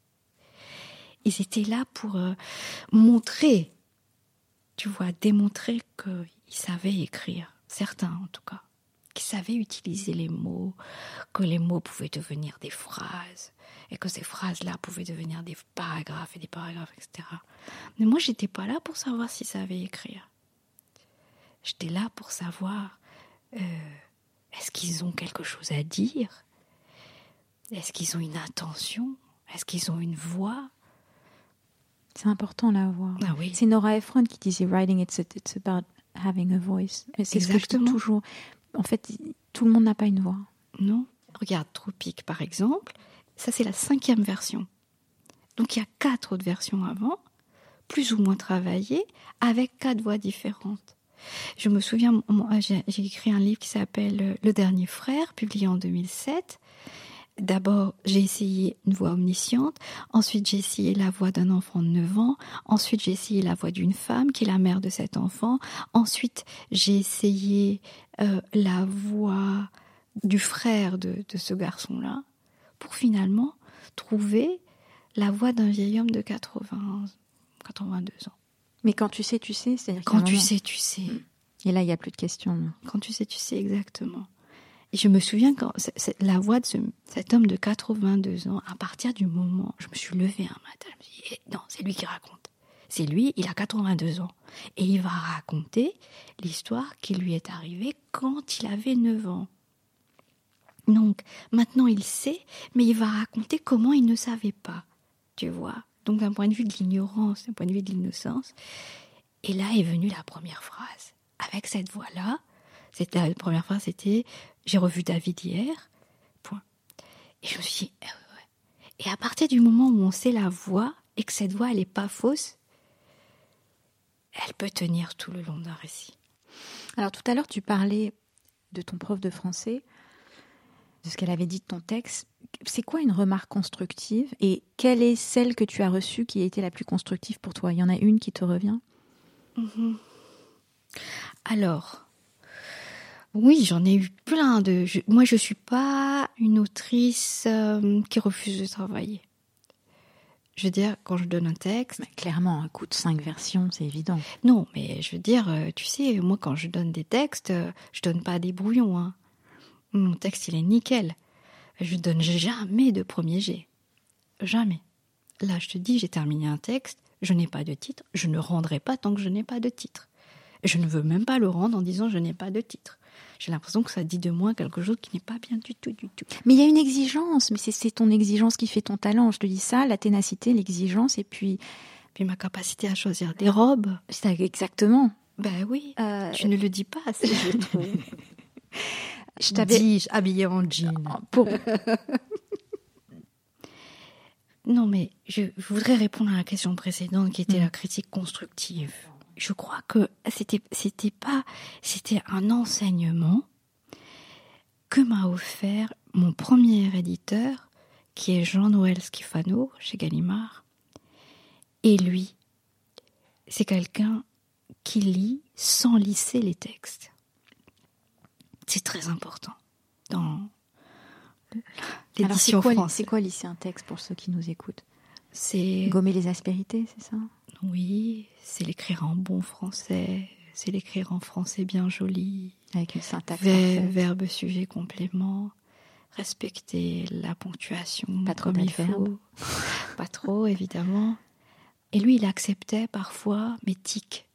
Ils étaient là pour montrer, tu vois, démontrer qu'ils savaient écrire, certains en tout cas. Qui savaient utiliser les mots, que les mots pouvaient devenir des phrases, et que ces phrases-là pouvaient devenir des paragraphes et des paragraphes, etc. Mais moi, j'étais pas là pour savoir s'ils savaient écrire. J'étais là pour savoir, est-ce qu'ils ont quelque chose à dire? Est-ce qu'ils ont une intention? Est-ce qu'ils ont une voix? C'est important la voix. Ah oui. C'est Nora Ephron qui disait « Writing, it's about having a voice ». C'est ce que je dis toujours. En fait, tout le monde n'a pas une voix. Non. Regarde, Tropique, par exemple, ça c'est la 5e version. Donc il y a 4 autres versions avant, plus ou moins travaillées, avec 4 voix différentes. Je me souviens, j'ai écrit un livre qui s'appelle « Le dernier frère », publié en 2007. D'abord, j'ai essayé une voix omnisciente, ensuite j'ai essayé la voix d'un enfant de 9 ans, ensuite j'ai essayé la voix d'une femme qui est la mère de cet enfant, ensuite j'ai essayé la voix du frère de ce garçon-là, pour finalement trouver la voix d'un vieil homme de 82 ans. Mais quand tu sais, c'est-à-dire quand tu sais, tu sais. Et là, il n'y a plus de questions. Quand tu sais exactement. Et je me souviens quand la voix de cet homme de 82 ans, à partir du moment, je me suis levée un matin, je me suis dit, non, c'est lui qui raconte. C'est lui, il a 82 ans. Et il va raconter l'histoire qui lui est arrivée quand il avait 9 ans. Donc, maintenant il sait, mais il va raconter comment il ne savait pas, tu vois. Donc, d'un point de vue de l'ignorance, d'un point de vue de l'innocence. Et là est venue la première phrase. Avec cette voix-là, la première phrase, c'était « J'ai revu David hier », point. Et je me suis dit « ouais. » Et à partir du moment où on sait la voix, et que cette voix, elle n'est pas fausse, elle peut tenir tout le long d'un récit. Alors, tout à l'heure, tu parlais de ton prof de français, de ce qu'elle avait dit de ton texte. C'est quoi une remarque constructive? Et quelle est celle que tu as reçue qui a été la plus constructive pour toi? Il y en a une qui te revient? Alors... Oui, j'en ai eu plein de... Moi, je ne suis pas une autrice qui refuse de travailler. Je veux dire, quand je donne un texte... Mais clairement, un coup de 5 versions, c'est évident. Non, mais je veux dire, tu sais, moi, quand je donne des textes, je donne pas des brouillons. Hein. Mon texte, il est nickel. Je donne jamais de premier jet. Jamais. Là, je te dis, j'ai terminé un texte, je n'ai pas de titre, je ne rendrai pas tant que je n'ai pas de titre. Je ne veux même pas le rendre en disant je n'ai pas de titre. J'ai l'impression que ça dit de moi quelque chose qui n'est pas bien du tout, du tout. Mais il y a une exigence, mais c'est ton exigence qui fait ton talent. Je te dis ça, la ténacité, l'exigence, et puis ma capacité à choisir des robes. C'est exactement. Ben oui, tu ne le dis pas assez, je trouve. Je t'avais habillée en jean. Pour... Non, mais je voudrais répondre à la question précédente qui était la critique constructive. Je crois que c'était un enseignement que m'a offert mon premier éditeur, qui est Jean-Noël Schifano, chez Gallimard. Et lui, c'est quelqu'un qui lit sans lisser les textes. C'est très important dans l'édition française. C'est quoi lisser un texte pour ceux qui nous écoutent? C'est gommer les aspérités, c'est ça? Oui, c'est l'écrire en bon français, c'est l'écrire en français bien joli. Avec une syntaxe verbe, sujet, complément. Respecter la ponctuation pas trop comme il faut. Pas trop, évidemment. Et lui, il acceptait parfois mes tics.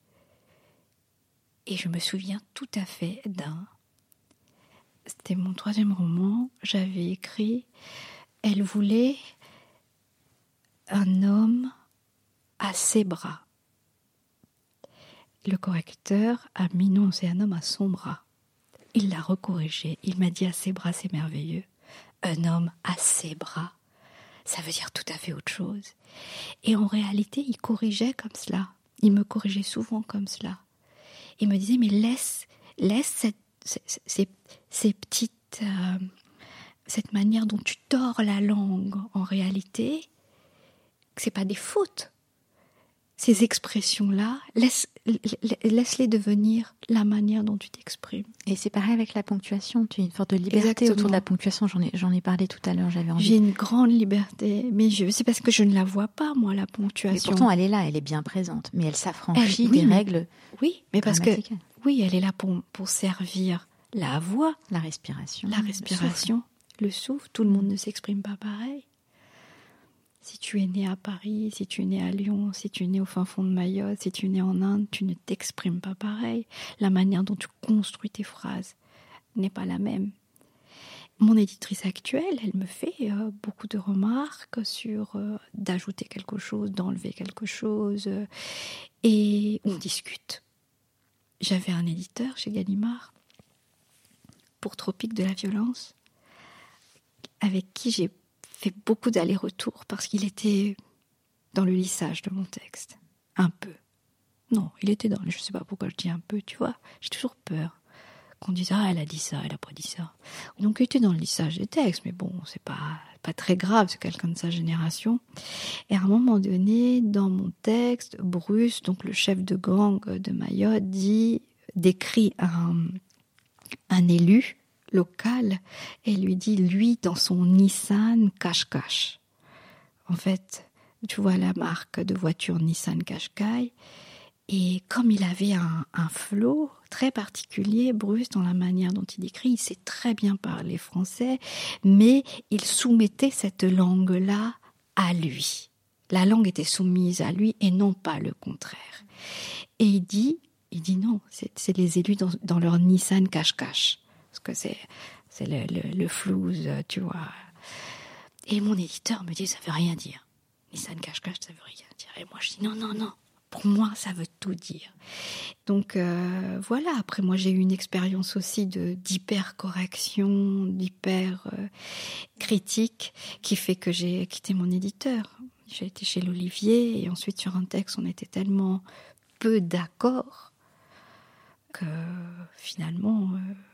Et je me souviens tout à fait c'était mon 3e roman, j'avais écrit « Elle voulait un homme à ses bras ». Le correcteur a mis « Non, c'est un homme à son bras ». Il l'a recorrigé, il m'a dit « À ses bras, c'est merveilleux ». Un homme à ses bras, ça veut dire tout à fait autre chose. Et en réalité, il corrigeait comme cela. Il me corrigeait souvent comme cela. Il me disait « Mais laisse ces petites... cette manière dont tu tords la langue, en réalité, c'est pas des fautes. Ces expressions-là, laisse-les devenir la manière dont tu t'exprimes. » Et c'est pareil avec la ponctuation. Tu as une sorte de liberté autour de la ponctuation. J'en ai parlé tout à l'heure, j'avais envie. J'ai une grande liberté, mais c'est parce que je ne la vois pas, moi, la ponctuation. Mais pourtant, elle est là, elle est bien présente, mais elle s'affranchit des règles. Oui, mais parce que elle est là pour servir la voix, la respiration, le souffle. Tout le monde ne s'exprime pas pareil. Si tu es né à Paris, si tu es né à Lyon, si tu es né au fin fond de Mayotte, si tu es né en Inde, tu ne t'exprimes pas pareil. La manière dont tu construis tes phrases n'est pas la même. Mon éditrice actuelle, elle me fait beaucoup de remarques sur d'ajouter quelque chose, d'enlever quelque chose, et on discute. J'avais un éditeur chez Gallimard pour Tropique de la violence, avec qui j'ai fait beaucoup d'allers-retours parce qu'il était dans le lissage de mon texte. Un peu. Non, il était dans... Je ne sais pas pourquoi je dis un peu, tu vois. J'ai toujours peur qu'on dise « Ah, elle a dit ça, elle a pas dit ça ». Donc, il était dans le lissage des textes, mais bon, c'est pas très grave, c'est quelqu'un de sa génération. Et à un moment donné, dans mon texte, Bruce, donc le chef de gang de Mayotte, décrit un élu local et lui dit, lui, dans son Nissan Qashqai. En fait, tu vois la marque de voiture Nissan Qashqai. Et comme il avait un flow très particulier, Bruce, dans la manière dont il décrit, il sait très bien parler français, mais il soumettait cette langue-là à lui. La langue était soumise à lui et non pas le contraire. Et il dit non, c'est les élus dans leur Nissan Qashqai. Parce que c'est le flouze, tu vois. Et mon éditeur me dit, ça veut rien dire. Nissan Qashqai, ça veut rien dire. Et moi, je dis, non. Pour moi, ça veut tout dire. Donc, voilà. Après, moi, j'ai eu une expérience aussi d'hyper-correction, d'hyper-critique, qui fait que j'ai quitté mon éditeur. J'ai été chez l'Olivier, et ensuite, sur un texte, on était tellement peu d'accord que, finalement...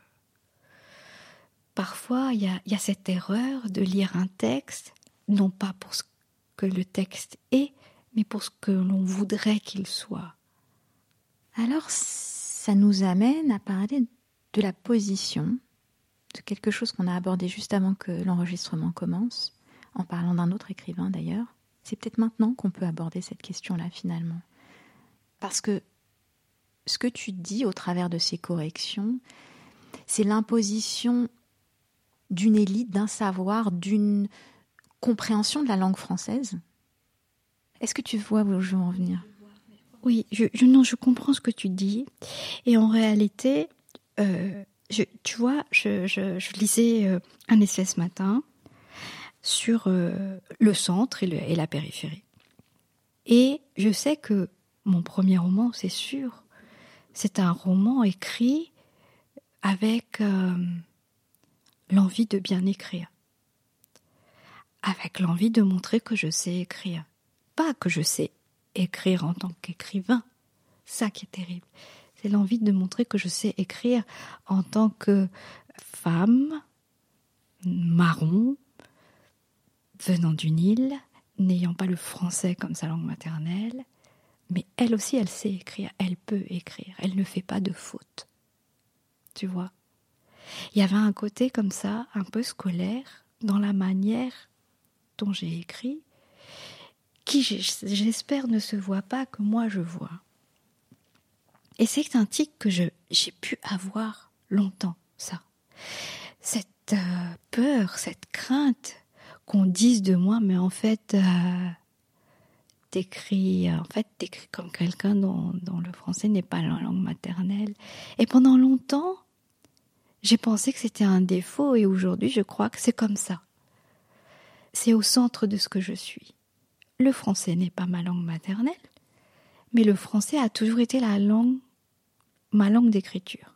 Parfois, il y a cette erreur de lire un texte, non pas pour ce que le texte est, mais pour ce que l'on voudrait qu'il soit. Alors, ça nous amène à parler de la position, de quelque chose qu'on a abordé juste avant que l'enregistrement commence, en parlant d'un autre écrivain d'ailleurs. C'est peut-être maintenant qu'on peut aborder cette question-là finalement. Parce que ce que tu dis au travers de ces corrections, c'est l'imposition d'une élite, d'un savoir, d'une compréhension de la langue française. Est-ce que tu vois où je veux en venir ? oui, je comprends ce que tu dis. Et en réalité, tu vois, je lisais un essai ce matin sur le centre et la périphérie. Et je sais que mon premier roman, c'est sûr, c'est un roman écrit avec l'envie de bien écrire. Avec l'envie de montrer que je sais écrire. Pas que je sais écrire en tant qu'écrivain. Ça qui est terrible. C'est l'envie de montrer que je sais écrire en tant que femme, marron, venant d'une île, n'ayant pas le français comme sa langue maternelle. Mais elle aussi, elle sait écrire. Elle peut écrire. Elle ne fait pas de fautes. Tu vois ? Il y avait un côté comme ça, un peu scolaire, dans la manière dont j'ai écrit, qui, j'espère, ne se voit pas que moi je vois. Et c'est un tic que j'ai pu avoir longtemps, ça. Cette peur, cette crainte qu'on dise de moi, mais en fait, t'écris comme quelqu'un dont le français n'est pas la langue maternelle. Et pendant longtemps, j'ai pensé que c'était un défaut, et aujourd'hui, je crois que c'est comme ça. C'est au centre de ce que je suis. Le français n'est pas ma langue maternelle, mais le français a toujours été ma langue d'écriture.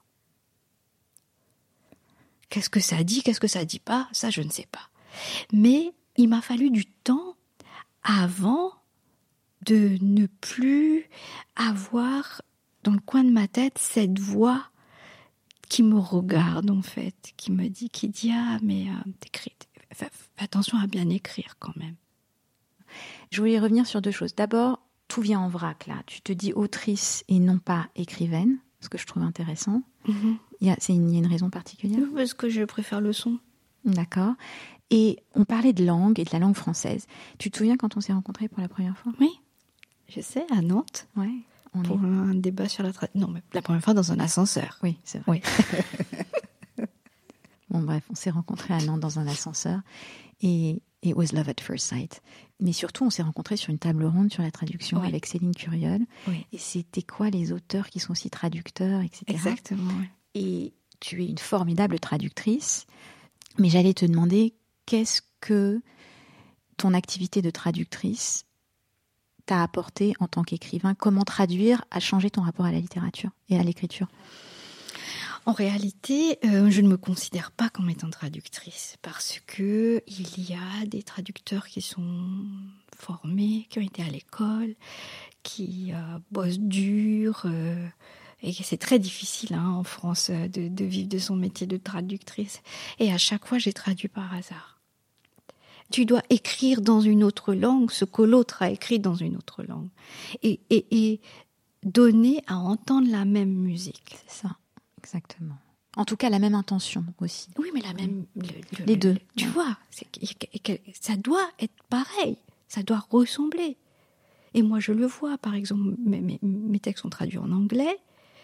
Qu'est-ce que ça dit, qu'est-ce que ça dit pas, ça je ne sais pas. Mais il m'a fallu du temps avant de ne plus avoir dans le coin de ma tête cette voix qui me regarde en fait, qui dit ah mais t'écris. Fais attention à bien écrire quand même. Je voulais revenir sur deux choses. D'abord, tout vient en vrac là. Tu te dis autrice et non pas écrivaine, ce que je trouve intéressant. Mm-hmm. Il y a une raison particulière ? Parce que je préfère le son. D'accord. Et on parlait de langue et de la langue française. Tu te souviens quand on s'est rencontrés pour la première fois ? Oui, je sais, à Nantes. Ouais. Pour un débat sur la non, mais la première fois dans un ascenseur. Oui, c'est vrai. Oui. Bon, bref, on s'est rencontrés à Nantes dans un ascenseur et it was love at first sight. Mais surtout, on s'est rencontrés sur une table ronde sur la traduction avec Céline Curiol. Oui. Et c'était quoi les auteurs qui sont aussi traducteurs, etc. Exactement. Oui. Et tu es une formidable traductrice. Mais j'allais te demander, qu'est-ce que ton activité de traductrice t'a apporté en tant qu'écrivain ? Comment traduire a changé ton rapport à la littérature et à l'écriture ? En réalité, je ne me considère pas comme étant traductrice parce que il y a des traducteurs qui sont formés, qui ont été à l'école, qui bossent dur, et c'est très difficile en France de vivre de son métier de traductrice. Et à chaque fois, j'ai traduit par hasard. Tu dois écrire dans une autre langue ce que l'autre a écrit dans une autre langue. Et donner à entendre la même musique. C'est ça, exactement. En tout cas, la même intention aussi. Oui, mais la même... Les deux. Tu vois, ça doit être pareil. Ça doit ressembler. Et moi, je le vois. Par exemple, mes textes sont traduits en anglais.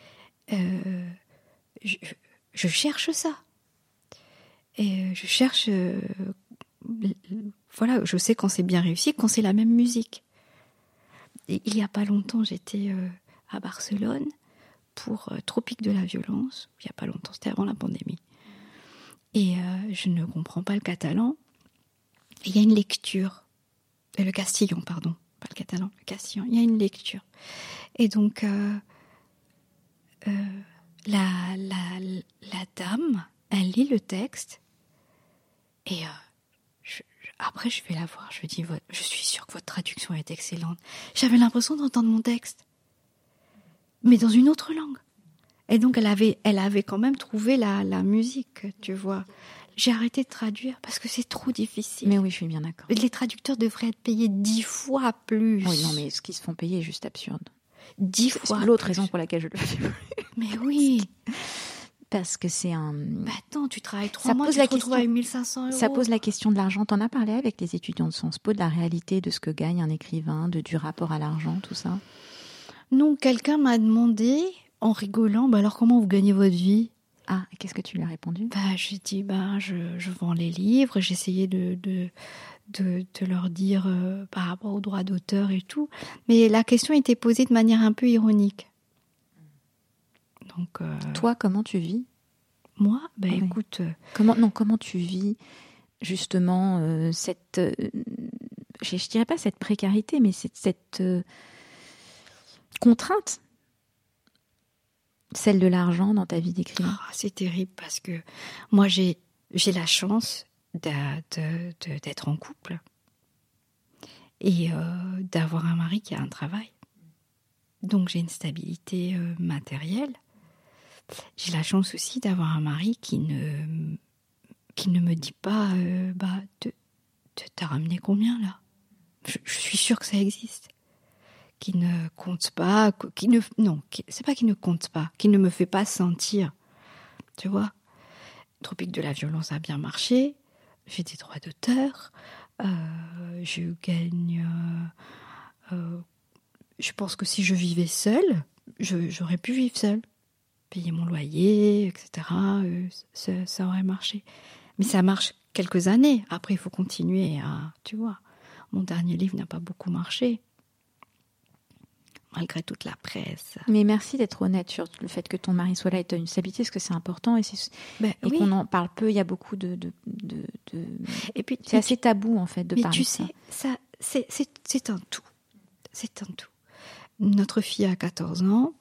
Je cherche ça. Et je cherche... voilà, je sais quand c'est bien réussi, quand c'est la même musique. Et il n'y a pas longtemps, j'étais à Barcelone pour Tropique de la violence. Il n'y a pas longtemps, c'était avant la pandémie. Et je ne comprends pas le catalan. Et il y a une lecture. Le castillon, pardon. Pas le catalan, le castillon. Il y a une lecture. Et donc, la dame, elle lit le texte. Et après, je vais la voir. Je dis, je suis sûre que votre traduction est excellente. J'avais l'impression d'entendre mon texte, mais dans une autre langue. Et donc, elle avait quand même trouvé la musique, tu vois. J'ai arrêté de traduire parce que c'est trop difficile. Mais oui, je suis bien d'accord. Les traducteurs devraient être payés 10 fois plus. Oui, non, mais ce qu'ils se font payer est juste absurde. 10 fois. C'est l'autre raison pour laquelle je le fais. Mais oui. Parce que c'est un... Bah attends, tu travailles 3 mois, tu te retrouves avec 1500 €. Ça pose la question de l'argent. T'en as parlé avec les étudiants de Sciences Po, de la réalité de ce que gagne un écrivain, du rapport à l'argent, tout ça ? Non, quelqu'un m'a demandé, en rigolant, alors comment vous gagnez votre vie ? Ah, et qu'est-ce que tu lui as répondu ? J'ai dit, je vends les livres, j'essayais de de leur dire par rapport aux droits d'auteur et tout. Mais la question était posée de manière un peu ironique. Donc, toi, comment tu vis ? Moi, Oui. écoute... Comment tu vis justement cette... je dirais pas cette précarité, mais cette contrainte, celle de l'argent dans ta vie d'écrivain. C'est terrible parce que moi, j'ai la chance d'être en couple et d'avoir un mari qui a un travail. Donc, j'ai une stabilité matérielle. J'ai la chance aussi d'avoir un mari qui ne me dit pas t'as ramené combien là ? Je suis sûre que ça existe. Qui ne compte pas, c'est pas qu'il ne compte pas, qui ne me fait pas sentir. Tu vois ? Tropique de la violence a bien marché, j'ai des droits d'auteur, je gagne... je pense que si je vivais seule, j'aurais pu vivre seule. Payer mon loyer, etc. Ça aurait marché. Mais ça marche quelques années. Après, il faut continuer à... Tu vois, mon dernier livre n'a pas beaucoup marché. Malgré toute la presse. Mais merci d'être honnête sur le fait que ton mari soit là et tu as une stabilité, parce que c'est important et oui. Qu'on en parle peu. Il y a beaucoup de... Et puis, c'est assez tabou, en fait, de parler de ça. Mais tu sais, c'est un tout. C'est un tout. Notre fille a 14 ans.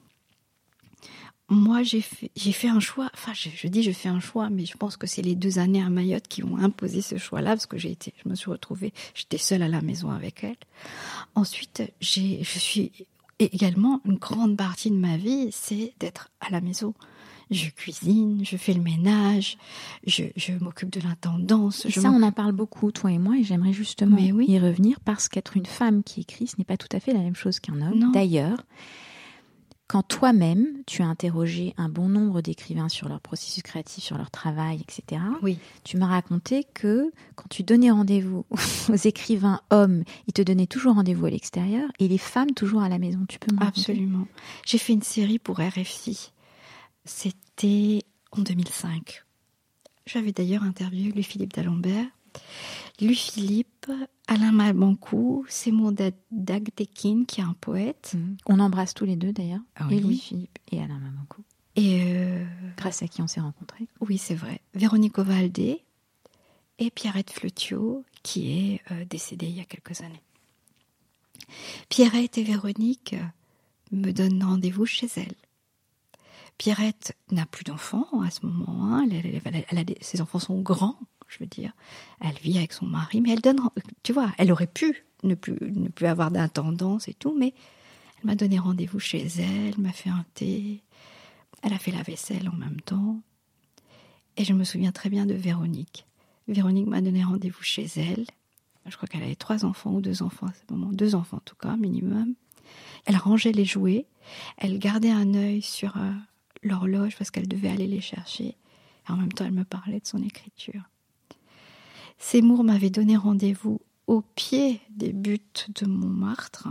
Moi, j'ai fait un choix. Enfin, je dis j'ai fait un choix, mais je pense que c'est les 2 années à Mayotte qui ont imposé ce choix-là, parce que je me suis retrouvée, j'étais seule à la maison avec elle. Ensuite, je suis également, une grande partie de ma vie, c'est d'être à la maison. Je cuisine, je fais le ménage, je m'occupe de l'intendance. Ça, on en parle beaucoup, toi et moi, et j'aimerais justement y revenir, parce qu'être une femme qui écrit, ce n'est pas tout à fait la même chose qu'un homme. Non. D'ailleurs, quand toi-même, tu as interrogé un bon nombre d'écrivains sur leur processus créatif, sur leur travail, etc., tu m'as raconté que quand tu donnais rendez-vous aux écrivains hommes, ils te donnaient toujours rendez-vous à l'extérieur, et les femmes toujours à la maison. Tu peux me raconter ? Absolument. J'ai fait une série pour RFI. C'était en 2005. J'avais d'ailleurs interviewé Louis-Philippe d'Alembert. Louis-Philippe, Alain Mabanckou, Simon Dagdekin, qui est un poète. On embrasse tous les deux d'ailleurs, oui. Et Louis-Philippe et Alain Mabanckou. Grâce à qui on s'est rencontrés. Oui, c'est vrai. Véronique Ovaldé et Pierrette Fleutiot, qui est décédée il y a quelques années. Pierrette et Véronique me donnent rendez-vous chez elles. Pierrette n'a plus d'enfants à ce moment. Ses enfants sont grands, je veux dire. Elle vit avec son mari, mais elle donne... Tu vois, elle aurait pu ne plus avoir d'intendance et tout, mais elle m'a donné rendez-vous chez elle, m'a fait un thé. Elle a fait la vaisselle en même temps. Et je me souviens très bien de Véronique. Véronique m'a donné rendez-vous chez elle. Je crois qu'elle avait 3 enfants ou 2 enfants à ce moment. 2 enfants en tout cas, minimum. Elle rangeait les jouets. Elle gardait un œil sur l'horloge parce qu'elle devait aller les chercher. Et en même temps, elle me parlait de son écriture. Seymour m'avait donné rendez-vous au pied des buttes de Montmartre,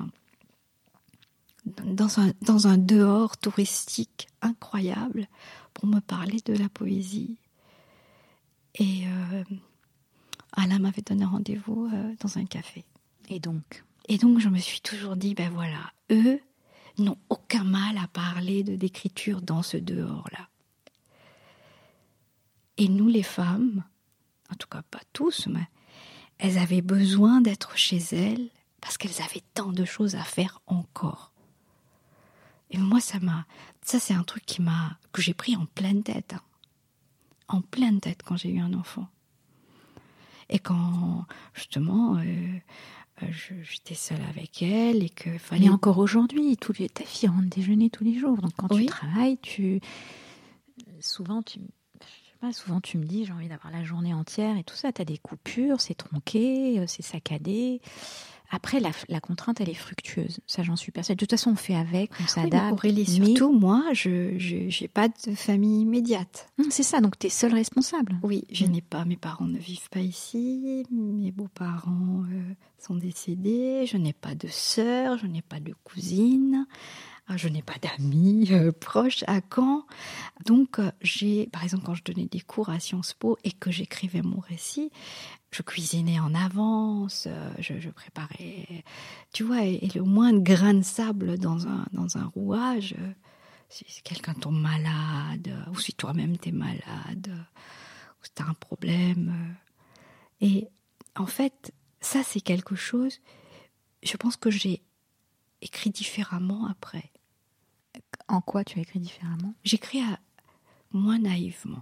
dans un dehors touristique incroyable, pour me parler de la poésie. Et Alain m'avait donné rendez-vous dans un café. Et donc, je me suis toujours dit, ben voilà, eux n'ont aucun mal à parler d'écriture dans ce dehors-là. Et nous, les femmes, en tout cas pas tous, mais elles avaient besoin d'être chez elles parce qu'elles avaient tant de choses à faire encore. Et moi, ça c'est un truc que j'ai pris en pleine tête. En pleine tête quand j'ai eu un enfant. Et quand, justement, j'étais seule avec elle et que fallait... Et encore aujourd'hui, ta fille rentre déjeuner tous les jours. Donc quand tu travailles, souvent tu me dis, j'ai envie d'avoir la journée entière et tout ça. Tu as des coupures, c'est tronqué, c'est saccadé. Après, la contrainte, elle est fructueuse. Ça, j'en suis persuadée. De toute façon, on fait avec, on s'adapte. Oui, Aurélie, surtout, moi, je n'ai pas de famille immédiate. C'est ça, donc tu es seule responsable. Oui, je n'ai pas. Mes parents ne vivent pas ici. Mes beaux-parents sont décédés. Je n'ai pas de sœur, je n'ai pas de cousine. Je n'ai pas d'amis proches à Caen. Donc, par exemple, quand je donnais des cours à Sciences Po et que j'écrivais mon récit, je cuisinais en avance, je préparais, tu vois, et le moindre grain de sable dans un rouage, si quelqu'un tombe malade, ou si toi-même t'es malade, ou si t'as un problème. Et en fait, ça, c'est quelque chose, je pense que j'ai écrit différemment après. En quoi tu as écrit différemment ? J'écris moins naïvement.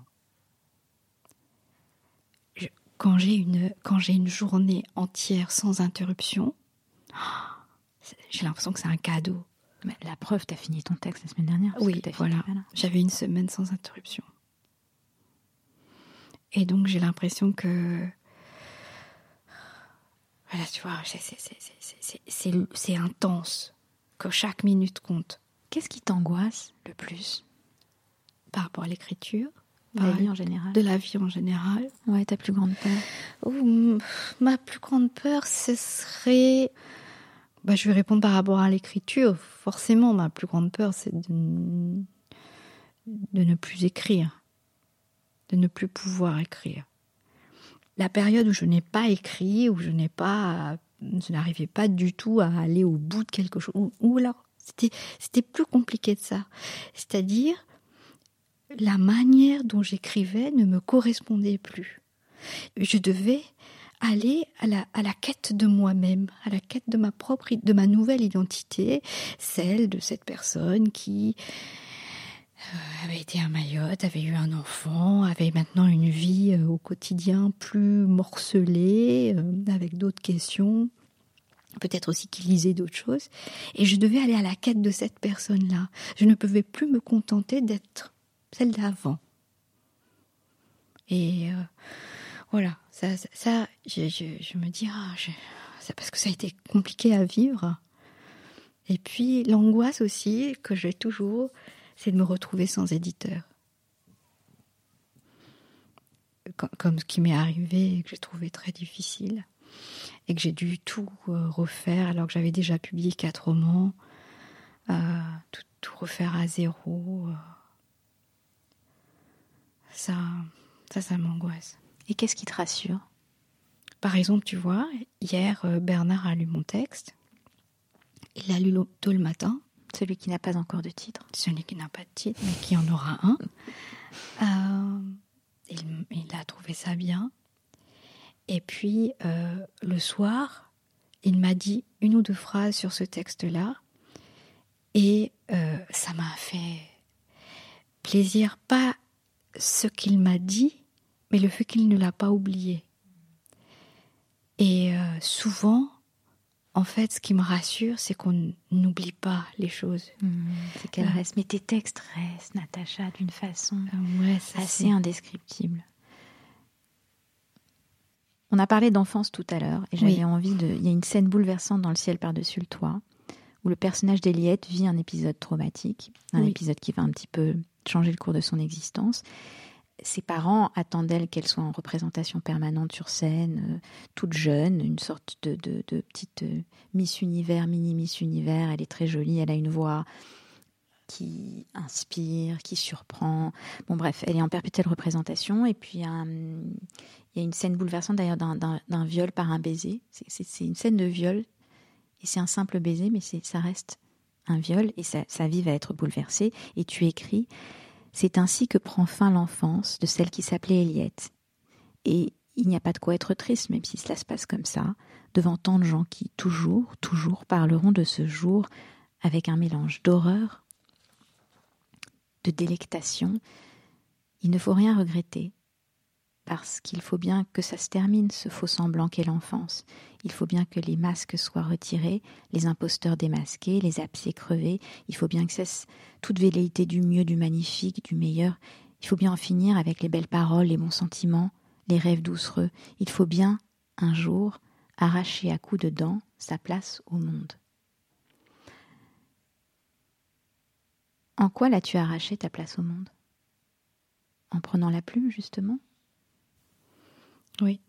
Quand j'ai une journée entière sans interruption, j'ai l'impression que c'est un cadeau. Mais la preuve, tu as fini ton texte la semaine dernière. Oui, voilà. J'avais une semaine sans interruption. Et donc, j'ai l'impression que... Voilà, tu vois, c'est intense, que chaque minute compte. Qu'est-ce qui t'angoisse le plus ? Par rapport à l'écriture ? De la vie en général. De la vie en général. Ouais, ta plus grande peur. Ma plus grande peur, ce serait... je vais répondre par rapport à l'écriture. Forcément, ma plus grande peur, c'est de ne plus écrire. De ne plus pouvoir écrire. La période où je n'ai pas écrit, où je n'arrivais pas du tout à aller au bout de quelque chose, ou alors, c'était plus compliqué de ça. C'est-à-dire... la manière dont j'écrivais ne me correspondait plus. Je devais aller à la quête de moi-même, à la quête de ma nouvelle identité, celle de cette personne qui avait été à Mayotte, avait eu un enfant, avait maintenant une vie au quotidien plus morcelée, avec d'autres questions, peut-être aussi qui lisait d'autres choses. Et je devais aller à la quête de cette personne-là. Je ne pouvais plus me contenter d'être celle d'avant. Et voilà, ça je me dis, c'est parce que ça a été compliqué à vivre. Et puis l'angoisse aussi que j'ai toujours, c'est de me retrouver sans éditeur. Comme ce qui m'est arrivé et que j'ai trouvé très difficile. Et que j'ai dû tout refaire alors que j'avais déjà publié 4 romans. Tout refaire à zéro. Ça m'angoisse. Et qu'est-ce qui te rassure ? Par exemple, tu vois, hier, Bernard a lu mon texte. Il l'a lu tôt le matin. Celui qui n'a pas encore de titre. Celui qui n'a pas de titre, mais qui en aura un. Il a trouvé ça bien. Et puis, le soir, il m'a dit 1 ou 2 phrases sur ce texte-là. Et ça m'a fait plaisir, pas ce qu'il m'a dit, mais le fait qu'il ne l'a pas oublié. Et souvent, en fait, ce qui me rassure, c'est qu'on n'oublie pas les choses. C'est qu'elles restent. Mais tes textes restent, Natacha, d'une façon assez indescriptible. On a parlé d'enfance tout à l'heure, et j'avais envie de... Il y a une scène bouleversante dans Le ciel par-dessus le toit, où le personnage d'Eliette vit un épisode traumatique, un épisode qui va un petit peu changer le cours de son existence. Ses parents attendent d'elle qu'elle soit en représentation permanente sur scène, toute jeune, une sorte de petite Miss Univers, mini Miss Univers. Elle est très jolie, elle a une voix qui inspire, qui surprend. Bon bref, elle est en perpétuelle représentation. Et puis il y a une scène bouleversante d'ailleurs d'un viol par un baiser. C'est une scène de viol, et c'est un simple baiser, mais ça reste un viol, et sa vie va être bouleversée. Et tu écris... C'est ainsi que prend fin l'enfance de celle qui s'appelait Eliette. Et il n'y a pas de quoi être triste, même si cela se passe comme ça, devant tant de gens qui, toujours parleront de ce jour avec un mélange d'horreur, de délectation. Il ne faut rien regretter, parce qu'il faut bien que ça se termine, ce faux semblant qu'est l'enfance. Il faut bien que les masques soient retirés, les imposteurs démasqués, les abcès crevés. Il faut bien que cesse toute velléité du mieux, du magnifique, du meilleur. Il faut bien en finir avec les belles paroles, les bons sentiments, les rêves doucereux. Il faut bien, un jour, arracher à coups de dents sa place au monde. En quoi l'as-tu arraché ta place au monde ? En prenant la plume, justement ? Oui.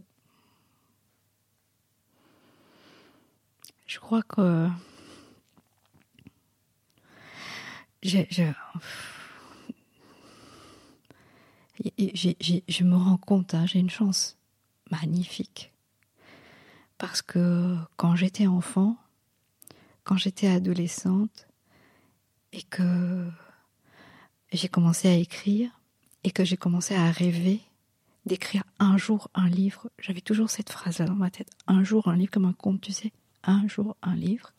Je crois que je me rends compte, hein, j'ai une chance magnifique. Parce que quand j'étais enfant, quand j'étais adolescente, et que j'ai commencé à écrire, et que j'ai commencé à rêver d'écrire un jour un livre, j'avais toujours cette phrase-là dans ma tête, un jour un livre, comme un conte, tu sais, un jour un livre.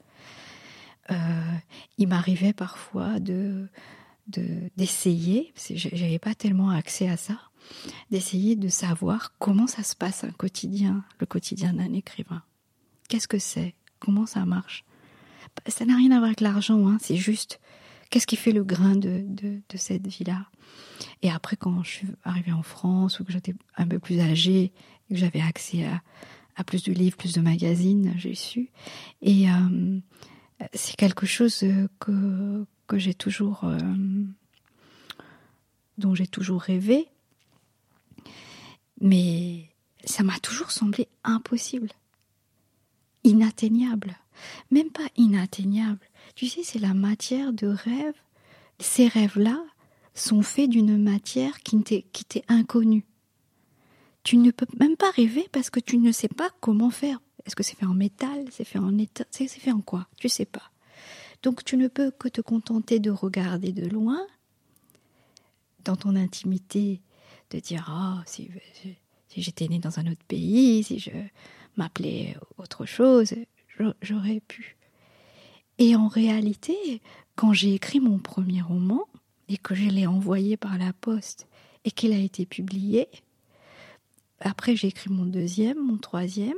Il m'arrivait parfois d'essayer, parce que j'avais pas tellement accès à ça, d'essayer de savoir comment ça se passe un quotidien, le quotidien d'un écrivain. Qu'est-ce que c'est ? Comment ça marche ? Ça n'a rien à voir avec l'argent, hein, c'est juste qu'est-ce qui fait le grain de cette vie-là. Et après, quand je suis arrivée en France, ou que j'étais un peu plus âgée, et que j'avais accès à plus de livres, plus de magazines, j'ai su. Et c'est quelque chose que j'ai toujours, dont j'ai toujours rêvé. Mais ça m'a toujours semblé impossible. Inatteignable. Même pas inatteignable. Tu sais, c'est la matière de rêve. Ces rêves-là sont faits d'une matière qui t'est inconnue. Tu ne peux même pas rêver parce que tu ne sais pas comment faire. Est-ce que c'est fait en métal ? C'est fait en étain ? C'est fait en quoi ? Tu sais pas. Donc tu ne peux que te contenter de regarder de loin, dans ton intimité, de dire « Ah, si j'étais née dans un autre pays, si je m'appelais autre chose, j'aurais pu. » Et en réalité, quand j'ai écrit mon premier roman, et que je l'ai envoyé par la poste, et qu'il a été publié, après j'ai écrit mon deuxième, mon troisième,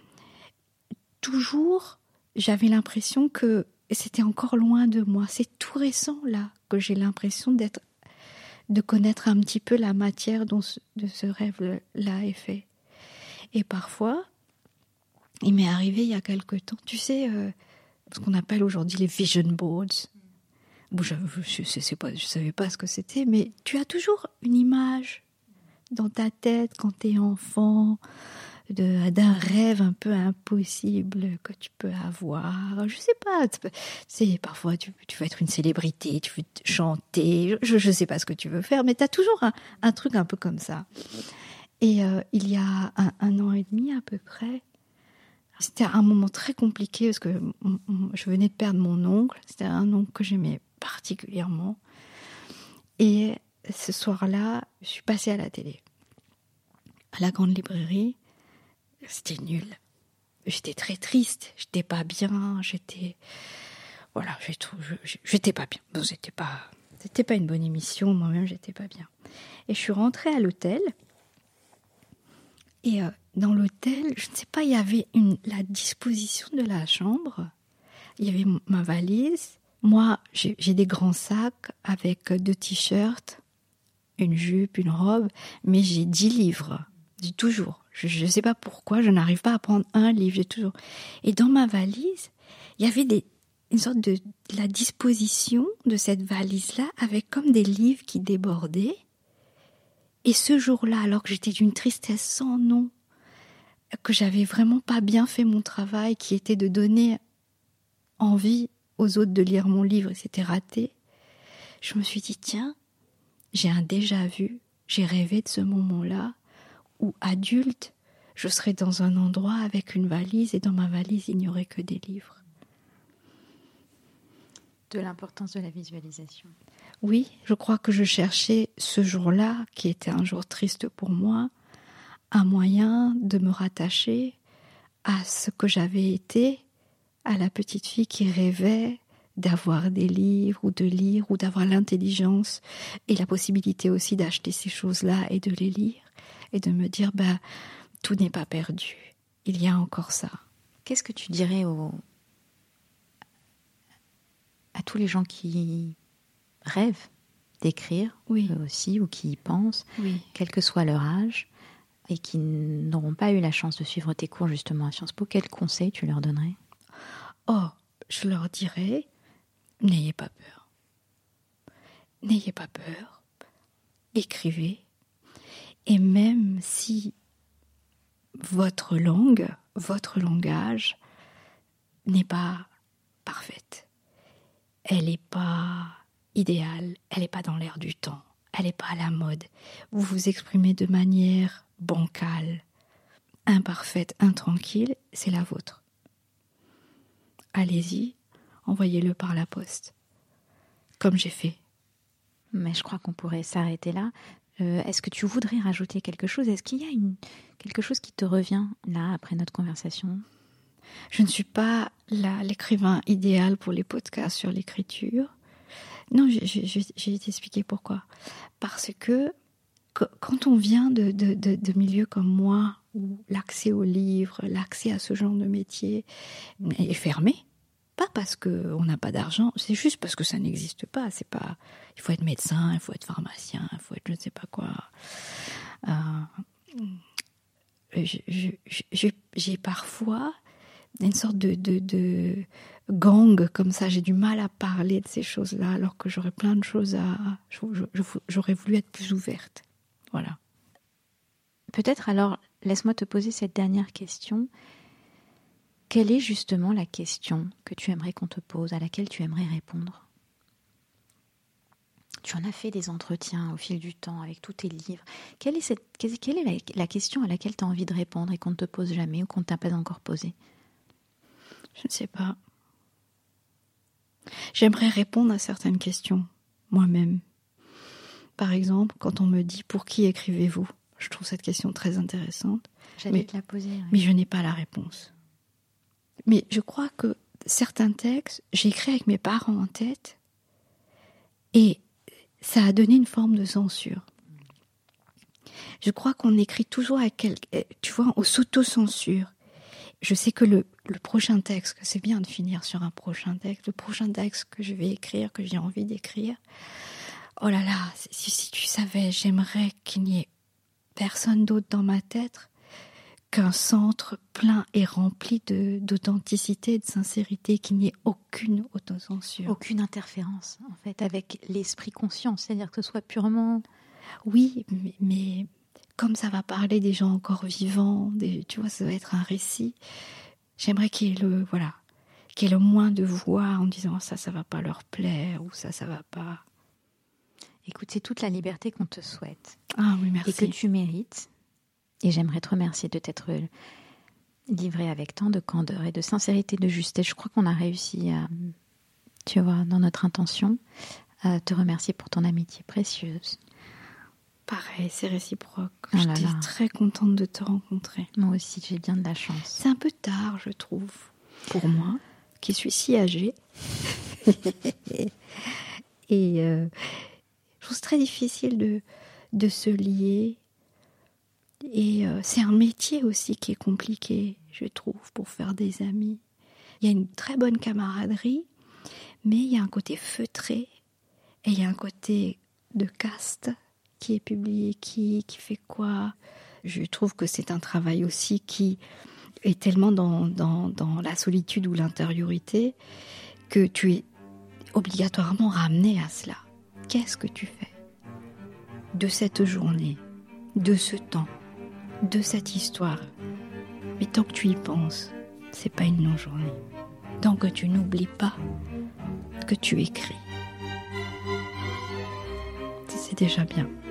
toujours j'avais l'impression que c'était encore loin de moi. C'est tout récent là que j'ai l'impression de connaître un petit peu la matière de ce rêve-là est fait. Et parfois, il m'est arrivé il y a quelque temps, tu sais, ce qu'on appelle aujourd'hui les vision boards. Bon, je savais pas ce que c'était, mais tu as toujours une image dans ta tête quand tu es enfant, d'un rêve un peu impossible que tu peux avoir. Je sais pas, parfois tu veux être une célébrité, tu veux chanter, je sais pas ce que tu veux faire, mais tu as toujours un truc un peu comme ça. Et il y a un an et demi à peu près, c'était un moment très compliqué parce que je venais de perdre mon oncle, c'était un oncle que j'aimais particulièrement. Et ce soir-là, je suis passée à la télé, à la grande librairie. C'était nul. J'étais très triste. J'étais pas bien. J'étais pas bien. Bon, c'était pas une bonne émission. Moi-même, j'étais pas bien. Et je suis rentrée à l'hôtel. Et dans l'hôtel, je ne sais pas, il y avait la disposition de la chambre. Il y avait ma valise. Moi, j'ai des grands sacs avec 2 t-shirts, une jupe, une robe, mais j'ai 10 livres. J'ai toujours. Je ne sais pas pourquoi, je n'arrive pas à prendre un livre, j'ai toujours. Et dans ma valise, il y avait une sorte de la disposition de cette valise-là, avec comme des livres qui débordaient. Et ce jour-là, alors que j'étais d'une tristesse sans nom, que j'avais vraiment pas bien fait mon travail, qui était de donner envie aux autres de lire mon livre, et c'était raté, je me suis dit, tiens, j'ai un déjà-vu, j'ai rêvé de ce moment-là, où adulte, je serais dans un endroit avec une valise et dans ma valise, il n'y aurait que des livres. De l'importance de la visualisation. Oui, je crois que je cherchais ce jour-là, qui était un jour triste pour moi, un moyen de me rattacher à ce que j'avais été, à la petite fille qui rêvait d'avoir des livres ou de lire ou d'avoir l'intelligence et la possibilité aussi d'acheter ces choses-là et de les lire. Et de me dire, tout n'est pas perdu. Il y a encore ça. Qu'est-ce que tu dirais à tous les gens qui rêvent d'écrire, oui, eux aussi, ou qui y pensent, oui, quel que soit leur âge, et qui n'auront pas eu la chance de suivre tes cours justement à Sciences Po, quels conseils tu leur donnerais ? Oh, je leur dirais, n'ayez pas peur. N'ayez pas peur. Écrivez. Et même si votre langue, votre langage n'est pas parfaite, elle n'est pas idéale, elle n'est pas dans l'air du temps, elle n'est pas à la mode. Vous vous exprimez de manière bancale, imparfaite, intranquille, c'est la vôtre. Allez-y, envoyez-le par la poste, comme j'ai fait. Mais je crois qu'on pourrait s'arrêter là. Est-ce que tu voudrais rajouter quelque chose ? Est-ce qu'il y a quelque chose qui te revient là après notre conversation ? Je ne suis pas l'écrivain idéal pour les podcasts sur l'écriture. Non, je vais t'expliquer pourquoi. Parce que quand on vient de milieux comme moi, où l'accès aux livres, l'accès à ce genre de métier est fermé, pas parce qu'on n'a pas d'argent, c'est juste parce que ça n'existe pas. C'est pas, il faut être médecin, il faut être pharmacien, il faut être je ne sais pas quoi. J'ai parfois une sorte de gang comme ça. J'ai du mal à parler de ces choses-là, alors que j'aurais plein de choses à... J'aurais voulu être plus ouverte. Voilà. Peut-être alors, laisse-moi te poser cette dernière question. Quelle est justement la question que tu aimerais qu'on te pose, à laquelle tu aimerais répondre ? Tu en as fait des entretiens au fil du temps avec tous tes livres. Quelle est la question à laquelle tu as envie de répondre et qu'on ne te pose jamais ou qu'on ne t'a pas encore posée ? Je ne sais pas. J'aimerais répondre à certaines questions, moi-même. Par exemple, quand on me dit « Pour qui écrivez-vous ?» Je trouve cette question très intéressante. J'allais te la poser. Oui. Mais je n'ai pas la réponse. Mais je crois que certains textes, j'ai écrit avec mes parents en tête et ça a donné une forme de censure. Je crois qu'on écrit toujours avec tu vois, on s'auto-censure. Je sais que le prochain texte, que c'est bien de finir sur un prochain texte, le prochain texte que je vais écrire, que j'ai envie d'écrire, oh là là, si tu savais, j'aimerais qu'il n'y ait personne d'autre dans ma tête qu'un centre plein et rempli d'authenticité, de sincérité, qu'il n'y ait aucune autocensure. Aucune interférence, en fait, avec l'esprit conscient, c'est-à-dire que ce soit purement... Oui, mais comme ça va parler des gens encore vivants, tu vois, ça va être un récit, j'aimerais qu'il y ait le moins de voix en disant ça va pas leur plaire, ou ça va pas... Écoute, c'est toute la liberté qu'on te souhaite. Ah oui, merci. Et que tu mérites. Et j'aimerais te remercier de t'être livré avec tant de candeur et de sincérité, de justesse. Je crois qu'on a réussi, tu vois, dans notre intention, à te remercier pour ton amitié précieuse. Pareil, c'est réciproque. J'étais très contente de te rencontrer. Moi aussi, j'ai bien de la chance. C'est un peu tard, je trouve, pour moi, qui suis si âgée. Et je trouve c'est très difficile de se lier. Et c'est un métier aussi qui est compliqué, je trouve, pour faire des amis. Il y a une très bonne camaraderie, mais il y a un côté feutré et il y a un côté de caste qui est publié, qui fait quoi. Je trouve que c'est un travail aussi qui est tellement dans la solitude ou l'intériorité que tu es obligatoirement ramené à cela. Qu'est-ce que tu fais de cette journée, de ce temps, de cette histoire? Mais tant que tu y penses, c'est pas une non-journée. Tant que tu n'oublies pas que tu écris, c'est déjà bien.